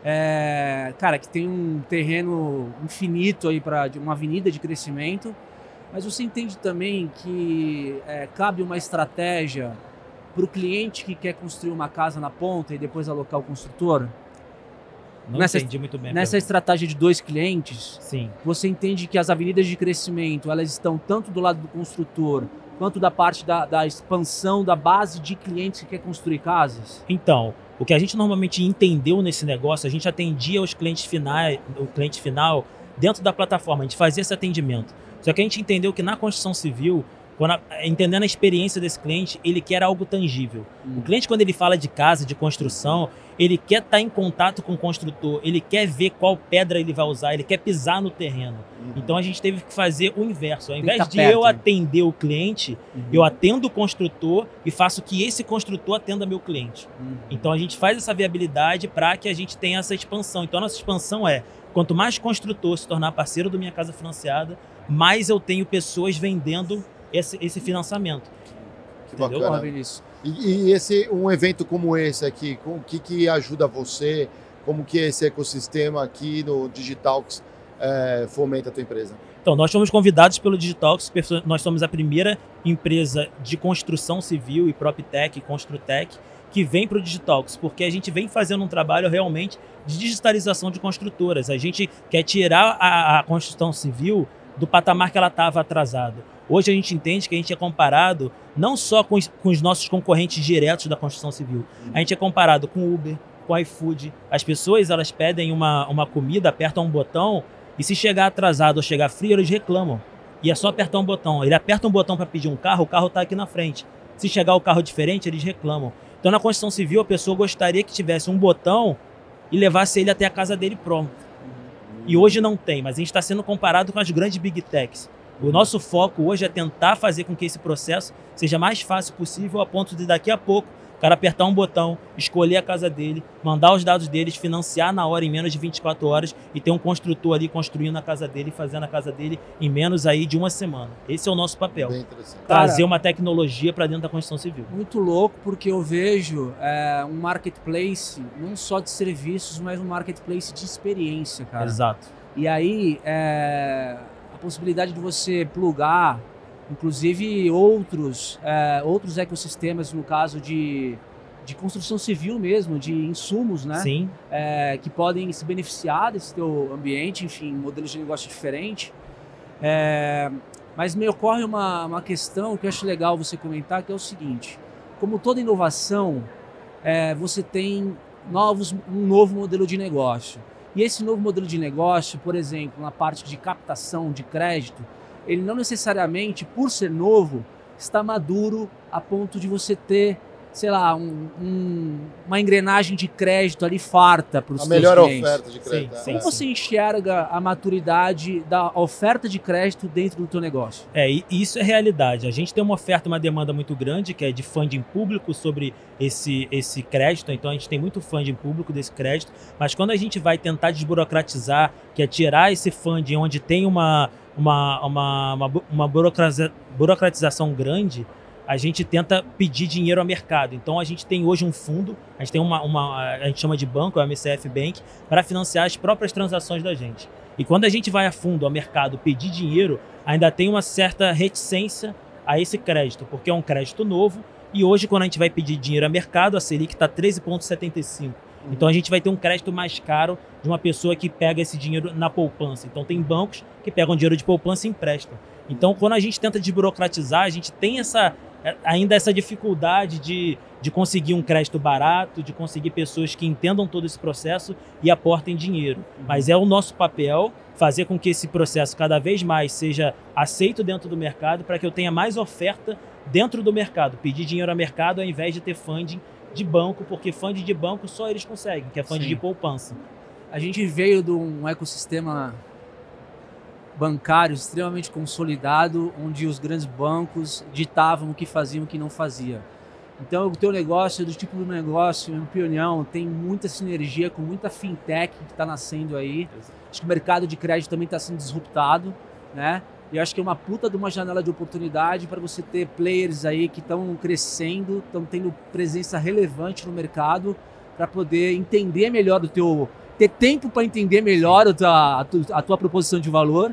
é, cara, que tem um terreno infinito aí para uma avenida de crescimento, mas você entende também que é, cabe uma estratégia para o cliente que quer construir uma casa na ponta e depois alocar o construtor? Não nessa, entendi muito bem. Nessa estratégia de dois clientes, sim, você entende que as avenidas de crescimento, elas estão tanto do lado do construtor, quanto da parte da, da expansão da base de clientes que quer construir casas? Então, o que a gente normalmente entendeu nesse negócio, a gente atendia os clientes finais, o cliente final dentro da plataforma, a gente fazia esse atendimento. Só que a gente entendeu que na construção civil, quando a, entendendo a experiência desse cliente, ele quer algo tangível. Hum. O cliente, quando ele fala de casa, de construção, ele quer estar em contato com o construtor, ele quer ver qual pedra ele vai usar, ele quer pisar no terreno. Uhum. Então a gente teve que fazer o inverso. Ao invés de perto, eu atender o cliente, uhum. eu atendo o construtor e faço que esse construtor atenda meu cliente. Uhum. Então a gente faz essa viabilidade para que a gente tenha essa expansão. Então a nossa expansão é, quanto mais construtor se tornar parceiro do Minha Casa Financiada, mais eu tenho pessoas vendendo esse, esse financiamento. Que bacana. E, e esse, um evento como esse aqui, o que, que ajuda você? Como que esse ecossistema aqui no Digitalx é, fomenta a tua empresa? Então, nós fomos convidados pelo Digitalx, nós somos a primeira empresa de construção civil e PropTech, Construtech, que vem para o Digitalx, porque a gente vem fazendo um trabalho realmente de digitalização de construtoras. A gente quer tirar a, a construção civil do patamar que ela estava atrasada. Hoje a gente entende que a gente é comparado não só com os, com os nossos concorrentes diretos da construção civil, a gente é comparado com Uber, com iFood. As pessoas, elas pedem uma, uma comida, apertam um botão e se chegar atrasado ou chegar frio, eles reclamam. E é só apertar um botão. Ele aperta um botão para pedir um carro, o carro está aqui na frente. Se chegar o carro diferente, eles reclamam. Então na construção civil a pessoa gostaria que tivesse um botão e levasse ele até a casa dele pronto. E hoje não tem, mas a gente está sendo comparado com as grandes Big Techs. O nosso foco hoje é tentar fazer com que esse processo seja mais fácil possível, a ponto de daqui a pouco o cara apertar um botão, escolher a casa dele, mandar os dados deles, financiar na hora em menos de vinte e quatro horas e ter um construtor ali construindo a casa dele e fazendo a casa dele em menos aí de uma semana. Esse é o nosso papel. Bem interessante. Trazer Cara, uma tecnologia para dentro da construção civil. Muito louco, porque eu vejo é, um marketplace não só de serviços, mas um marketplace de experiência, cara. Exato. E aí, é, a possibilidade de você plugar, inclusive outros, é, outros ecossistemas, no caso de, de construção civil mesmo, de insumos, né? Sim. É, que podem se beneficiar desse teu ambiente, enfim, modelos de negócio diferentes. É, mas me ocorre uma, uma questão que eu acho legal você comentar, que é o seguinte: como toda inovação, é, você tem novos, um novo modelo de negócio. E esse novo modelo de negócio, por exemplo, na parte de captação de crédito, ele não necessariamente, por ser novo, está maduro a ponto de você ter, sei lá, um, um, uma engrenagem de crédito ali farta para os seus clientes. A melhor oferta de crédito. Sim, é. Como você enxerga a maturidade da oferta de crédito dentro do teu negócio? É, e isso é realidade. A gente tem uma oferta, uma demanda muito grande, que é de funding público sobre esse, esse crédito. Então a gente tem muito funding público desse crédito, mas quando a gente vai tentar desburocratizar, que é tirar esse funding onde tem uma, uma, uma, uma, uma burocratização grande, a gente tenta pedir dinheiro ao mercado. Então a gente tem hoje um fundo, a gente tem uma, uma a gente chama de banco, é o M C F Bank, para financiar as próprias transações da gente. E quando a gente vai a fundo ao mercado pedir dinheiro, ainda tem uma certa reticência a esse crédito, porque é um crédito novo, e hoje quando a gente vai pedir dinheiro ao mercado, a Selic está treze vírgula setenta e cinco. Uhum. Então a gente vai ter um crédito mais caro de uma pessoa que pega esse dinheiro na poupança. Então tem bancos que pegam dinheiro de poupança e emprestam. Então quando a gente tenta desburocratizar, a gente tem essa ainda essa dificuldade de, de conseguir um crédito barato, de conseguir pessoas que entendam todo esse processo e aportem dinheiro. Uhum. Mas é o nosso papel fazer com que esse processo cada vez mais seja aceito dentro do mercado, para que eu tenha mais oferta dentro do mercado. Pedir dinheiro ao mercado ao invés de ter funding de banco, porque funding de banco só eles conseguem, que é funding Sim. de poupança. A gente veio de um ecossistema bancário extremamente consolidado, onde os grandes bancos ditavam o que faziam e o que não fazia. Então o teu negócio, do tipo de negócio, na minha opinião, tem muita sinergia com muita fintech que está nascendo aí. Acho que o mercado de crédito também está sendo disruptado, né? E acho que é uma puta de uma janela de oportunidade para você ter players aí que estão crescendo, estão tendo presença relevante no mercado, para poder entender melhor o teu ter tempo para entender melhor a tua, a, tu, a tua proposição de valor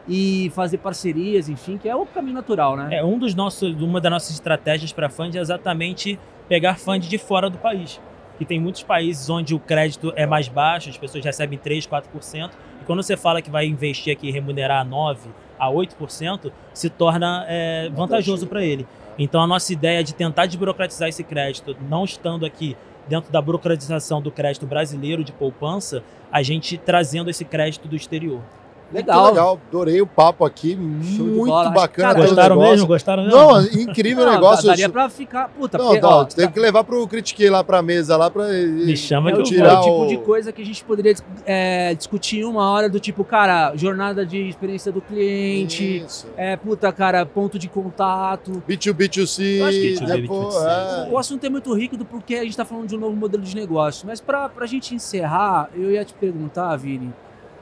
e fazer parcerias, enfim, que é o caminho natural, né? É, um dos nossos, uma das nossas estratégias para fund é exatamente pegar fund de fora do país. Que tem muitos países onde o crédito é mais baixo, as pessoas recebem três, quatro por cento. E quando você fala que vai investir aqui e remunerar nove por cento a oito por cento, se torna é, vantajoso para ele. Então a nossa ideia é de tentar desburocratizar esse crédito, não estando aqui dentro da burocratização do crédito brasileiro de poupança, a gente trazendo esse crédito do exterior. Legal. Muito legal, adorei o papo aqui, Show de muito bola. bacana. Cara, todo o Gostaram negócio. mesmo? Gostaram mesmo? Não, incrível Não, negócio. Daria pra ficar... Puta, Não, porque, não, ó, tem que levar pro Critique lá pra mesa, lá pra... Me chama é que o, eu tipo, tirar é o tipo o- de coisa que a gente poderia é, discutir uma hora do tipo, cara, jornada de experiência do cliente, Isso. é, puta, cara, ponto de contato. B dois B dois C, Eu acho que- B dois B depois, dois C. é. O assunto é muito rico do porque a gente tá falando de um novo modelo de negócio. Mas pra, pra gente encerrar, eu ia te perguntar, Vini,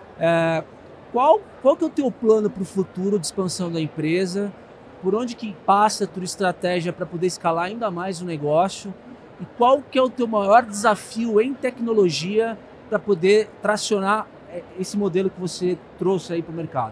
é, qual, qual que é o teu plano pro futuro de expansão da empresa? Por onde que passa a tua estratégia para poder escalar ainda mais o negócio? E qual que é o teu maior desafio em tecnologia para poder tracionar é, esse modelo que você trouxe aí para o mercado?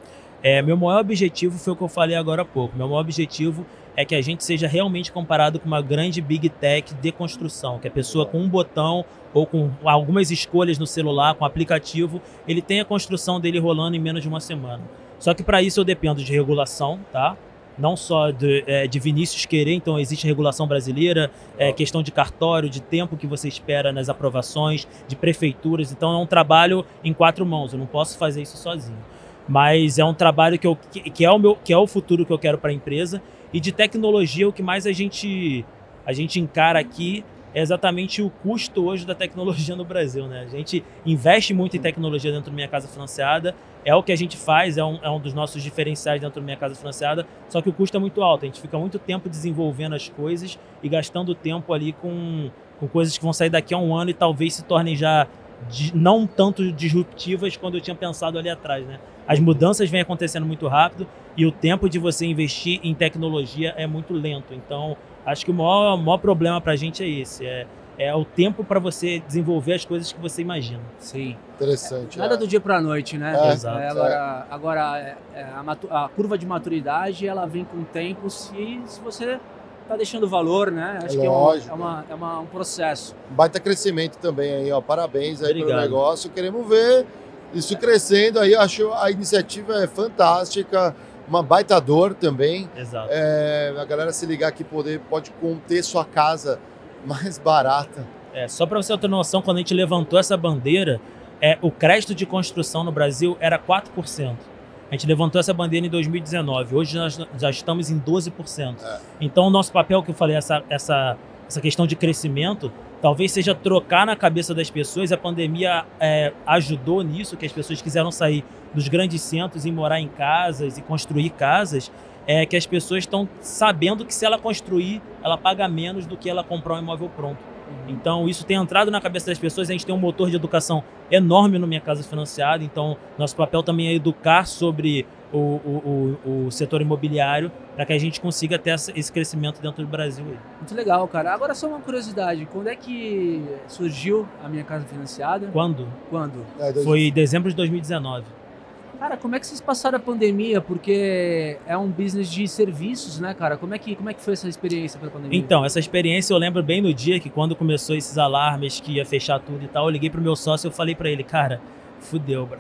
É, meu maior objetivo foi o que eu falei agora há pouco. Meu maior objetivo é que a gente seja realmente comparado com uma grande big tech de construção, que a pessoa com um botão ou com algumas escolhas no celular, com aplicativo, ele tem a construção dele rolando em menos de uma semana. Só que para isso eu dependo de regulação, tá? Não só de, é, de Vinícius querer, então existe regulação brasileira, é, questão de cartório, de tempo que você espera nas aprovações, de prefeituras, então é um trabalho em quatro mãos, eu não posso fazer isso sozinho. Mas é um trabalho que, eu, que, que, é, o meu, que é o futuro que eu quero para a empresa. E de tecnologia, o que mais a gente, a gente encara aqui é exatamente o custo hoje da tecnologia no Brasil, né? A gente investe muito em tecnologia dentro da Minha Casa Financiada, é o que a gente faz, é um, é um dos nossos diferenciais dentro da Minha Casa Financiada, só que o custo é muito alto, a gente fica muito tempo desenvolvendo as coisas e gastando tempo ali com, com coisas que vão sair daqui a um ano e talvez se tornem já de, não tanto disruptivas quando eu tinha pensado ali atrás, né? As mudanças vêm acontecendo muito rápido e o tempo de você investir em tecnologia é muito lento. Então, acho que o maior, o maior problema para a gente é esse. É, é o tempo para você desenvolver as coisas que você imagina. Sim. Interessante. Nada é. do dia para a noite, né? É, exato. É, agora, agora é, é, a, matu- a curva de maturidade, ela vem com o tempo se, se você tá deixando valor, né? Acho É que é, um, lógico. é, uma, é uma, um processo. Baita crescimento também aí, ó. Parabéns aí Obrigado. pelo negócio. Queremos ver isso crescendo aí. Acho a iniciativa é fantástica. Uma baita dor também. Exato. É, a galera se ligar aqui poder, pode ter sua casa mais barata. É, só para você ter noção, quando a gente levantou essa bandeira, é, o crédito de construção no Brasil era quatro por cento. A gente levantou essa bandeira em dois mil e dezenove. Hoje nós já estamos em doze por cento. É. Então o nosso papel, que eu falei, essa, essa, essa questão de crescimento, talvez seja trocar na cabeça das pessoas. A pandemia é, ajudou nisso, que as pessoas quiseram sair dos grandes centros e morar em casas e construir casas, é que as pessoas estão sabendo que se ela construir, ela paga menos do que ela comprar um imóvel pronto. Então isso tem entrado na cabeça das pessoas. A gente tem um motor de educação enorme no Minha Casa Financiada, então nosso papel também é educar sobre o, o, o, o setor imobiliário para que a gente consiga ter esse crescimento dentro do Brasil. Muito legal, cara. Agora só uma curiosidade, quando é que surgiu a Minha Casa Financiada? Quando? Quando? É, dois- Foi em dezembro de dois mil e dezenove. Cara, como é que vocês passaram a pandemia? Porque é um business de serviços, né, cara? Como é que, como é que foi essa experiência pela pandemia? Então, essa experiência eu lembro bem no dia que quando começou esses alarmes que ia fechar tudo e tal, eu liguei pro meu sócio e eu falei pra ele, cara, fudeu, bro.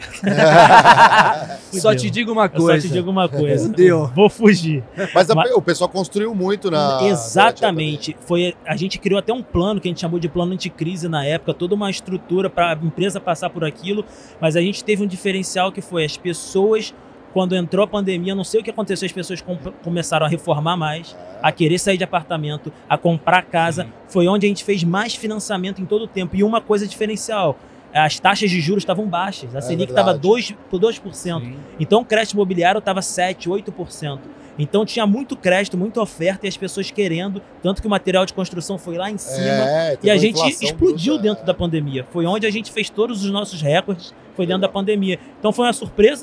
Só te digo uma Eu coisa. só te digo uma coisa. Fudeu. Vou fugir. Mas, a- Mas- o pessoal construiu muito na. Exatamente. Foi, a gente criou até um plano que a gente chamou de plano anticrise na época, toda uma estrutura para a empresa passar por aquilo, mas a gente teve um diferencial que foi as pessoas, quando entrou a pandemia, não sei o que aconteceu, as pessoas com- começaram a reformar mais, a querer sair de apartamento, a comprar casa. Sim. Foi onde a gente fez mais financiamento em todo o tempo. E uma coisa diferencial, as taxas de juros estavam baixas. A É Selic estava verdade. dois por dois por cento. Sim. Então o crédito imobiliário estava sete, oito por cento. Então tinha muito crédito, muita oferta e as pessoas querendo, tanto que o material de construção foi lá em cima. É, teve E a uma gente inflação explodiu bruta, dentro é. da pandemia. Foi onde a gente fez todos os nossos recordes, foi dentro da pandemia. Então foi uma surpresa.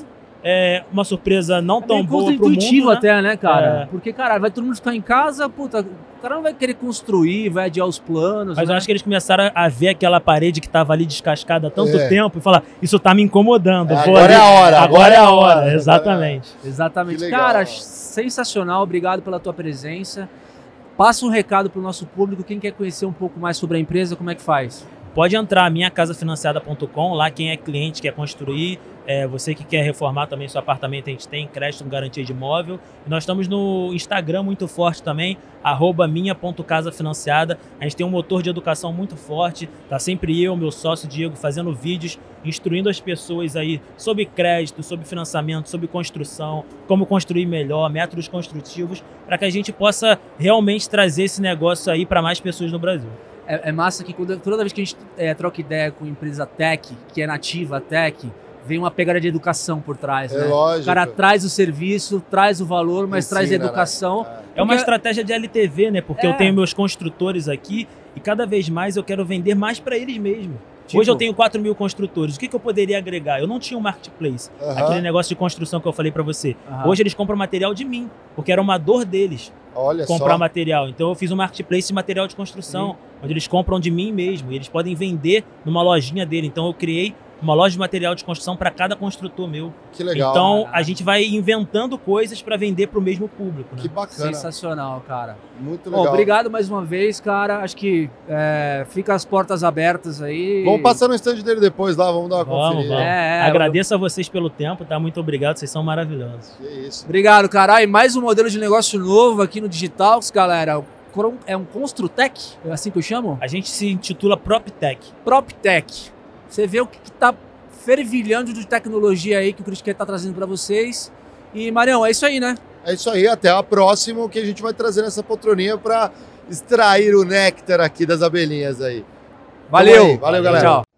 é, uma surpresa não É tão meio boa pro mundo, intuitivo né? até, né, cara? É. Porque, cara, vai todo mundo ficar em casa, puta, o cara não vai querer construir, vai adiar os planos, Mas né? eu acho que eles começaram a ver aquela parede que tava ali descascada há tanto É. tempo e falar, isso tá me incomodando. É, vou agora ali- é a hora, Agora é a hora, exatamente. Exatamente. Que legal. Cara, sensacional, obrigado pela tua presença. Passa um recado pro nosso público, quem quer conhecer um pouco mais sobre a empresa, como é que faz? Pode entrar minha casa financiada ponto com, lá quem é cliente quer construir, é, você que quer reformar também seu apartamento, a gente tem crédito com garantia de imóvel. E nós estamos no Instagram muito forte também, arroba minha ponto casa financiada. A gente tem um motor de educação muito forte, tá sempre eu, meu sócio Diego, fazendo vídeos, instruindo as pessoas aí sobre crédito, sobre financiamento, sobre construção, como construir melhor, métodos construtivos, para que a gente possa realmente trazer esse negócio aí para mais pessoas no Brasil. É, é massa que quando, toda vez que a gente é, troca ideia com empresa tech, que é nativa tech, vem uma pegada de educação por trás, É né? lógico. O cara traz o serviço, traz o valor, mas Ensina, traz a né? educação. É uma Porque- estratégia de L T V, né? Porque É. eu tenho meus construtores aqui e cada vez mais eu quero vender mais para eles mesmos. Tipo? Hoje eu tenho quatro mil construtores. O que, que eu poderia agregar? Eu não tinha um marketplace. Aham. Aquele negócio de construção que eu falei para você. Aham. Hoje eles compram material de mim, porque era uma dor deles Olha comprar só. material. Então eu fiz um marketplace de material de construção, onde eles compram de mim mesmo. E eles podem vender numa lojinha dele. Então eu criei uma loja de material de construção para cada construtor meu. Que legal. Então a gente vai inventando coisas para vender para o mesmo público. Né? que bacana. Sensacional, cara. Muito Bom, legal. obrigado mais uma vez, cara. Acho que é, fica as portas abertas aí. Vamos passar no stand dele depois lá, vamos dar uma Vamos, conferida. vamos. É, é, Agradeço a vocês pelo tempo, tá? Muito obrigado, vocês são maravilhosos. Que isso. Obrigado, cara. E mais um modelo de negócio novo aqui no Digitalks, galera. É um Construtec? É assim que eu chamo? A gente se intitula PropTech. PropTech. Você vê o que, que tá fervilhando de tecnologia aí que o Criticare tá trazendo para vocês. E, Marião, é isso aí, né? É isso aí, até a próxima que a gente vai trazer nessa poltroninha para extrair o néctar aqui das abelhinhas aí. Valeu. Vamos aí. Valeu, galera. Tchau.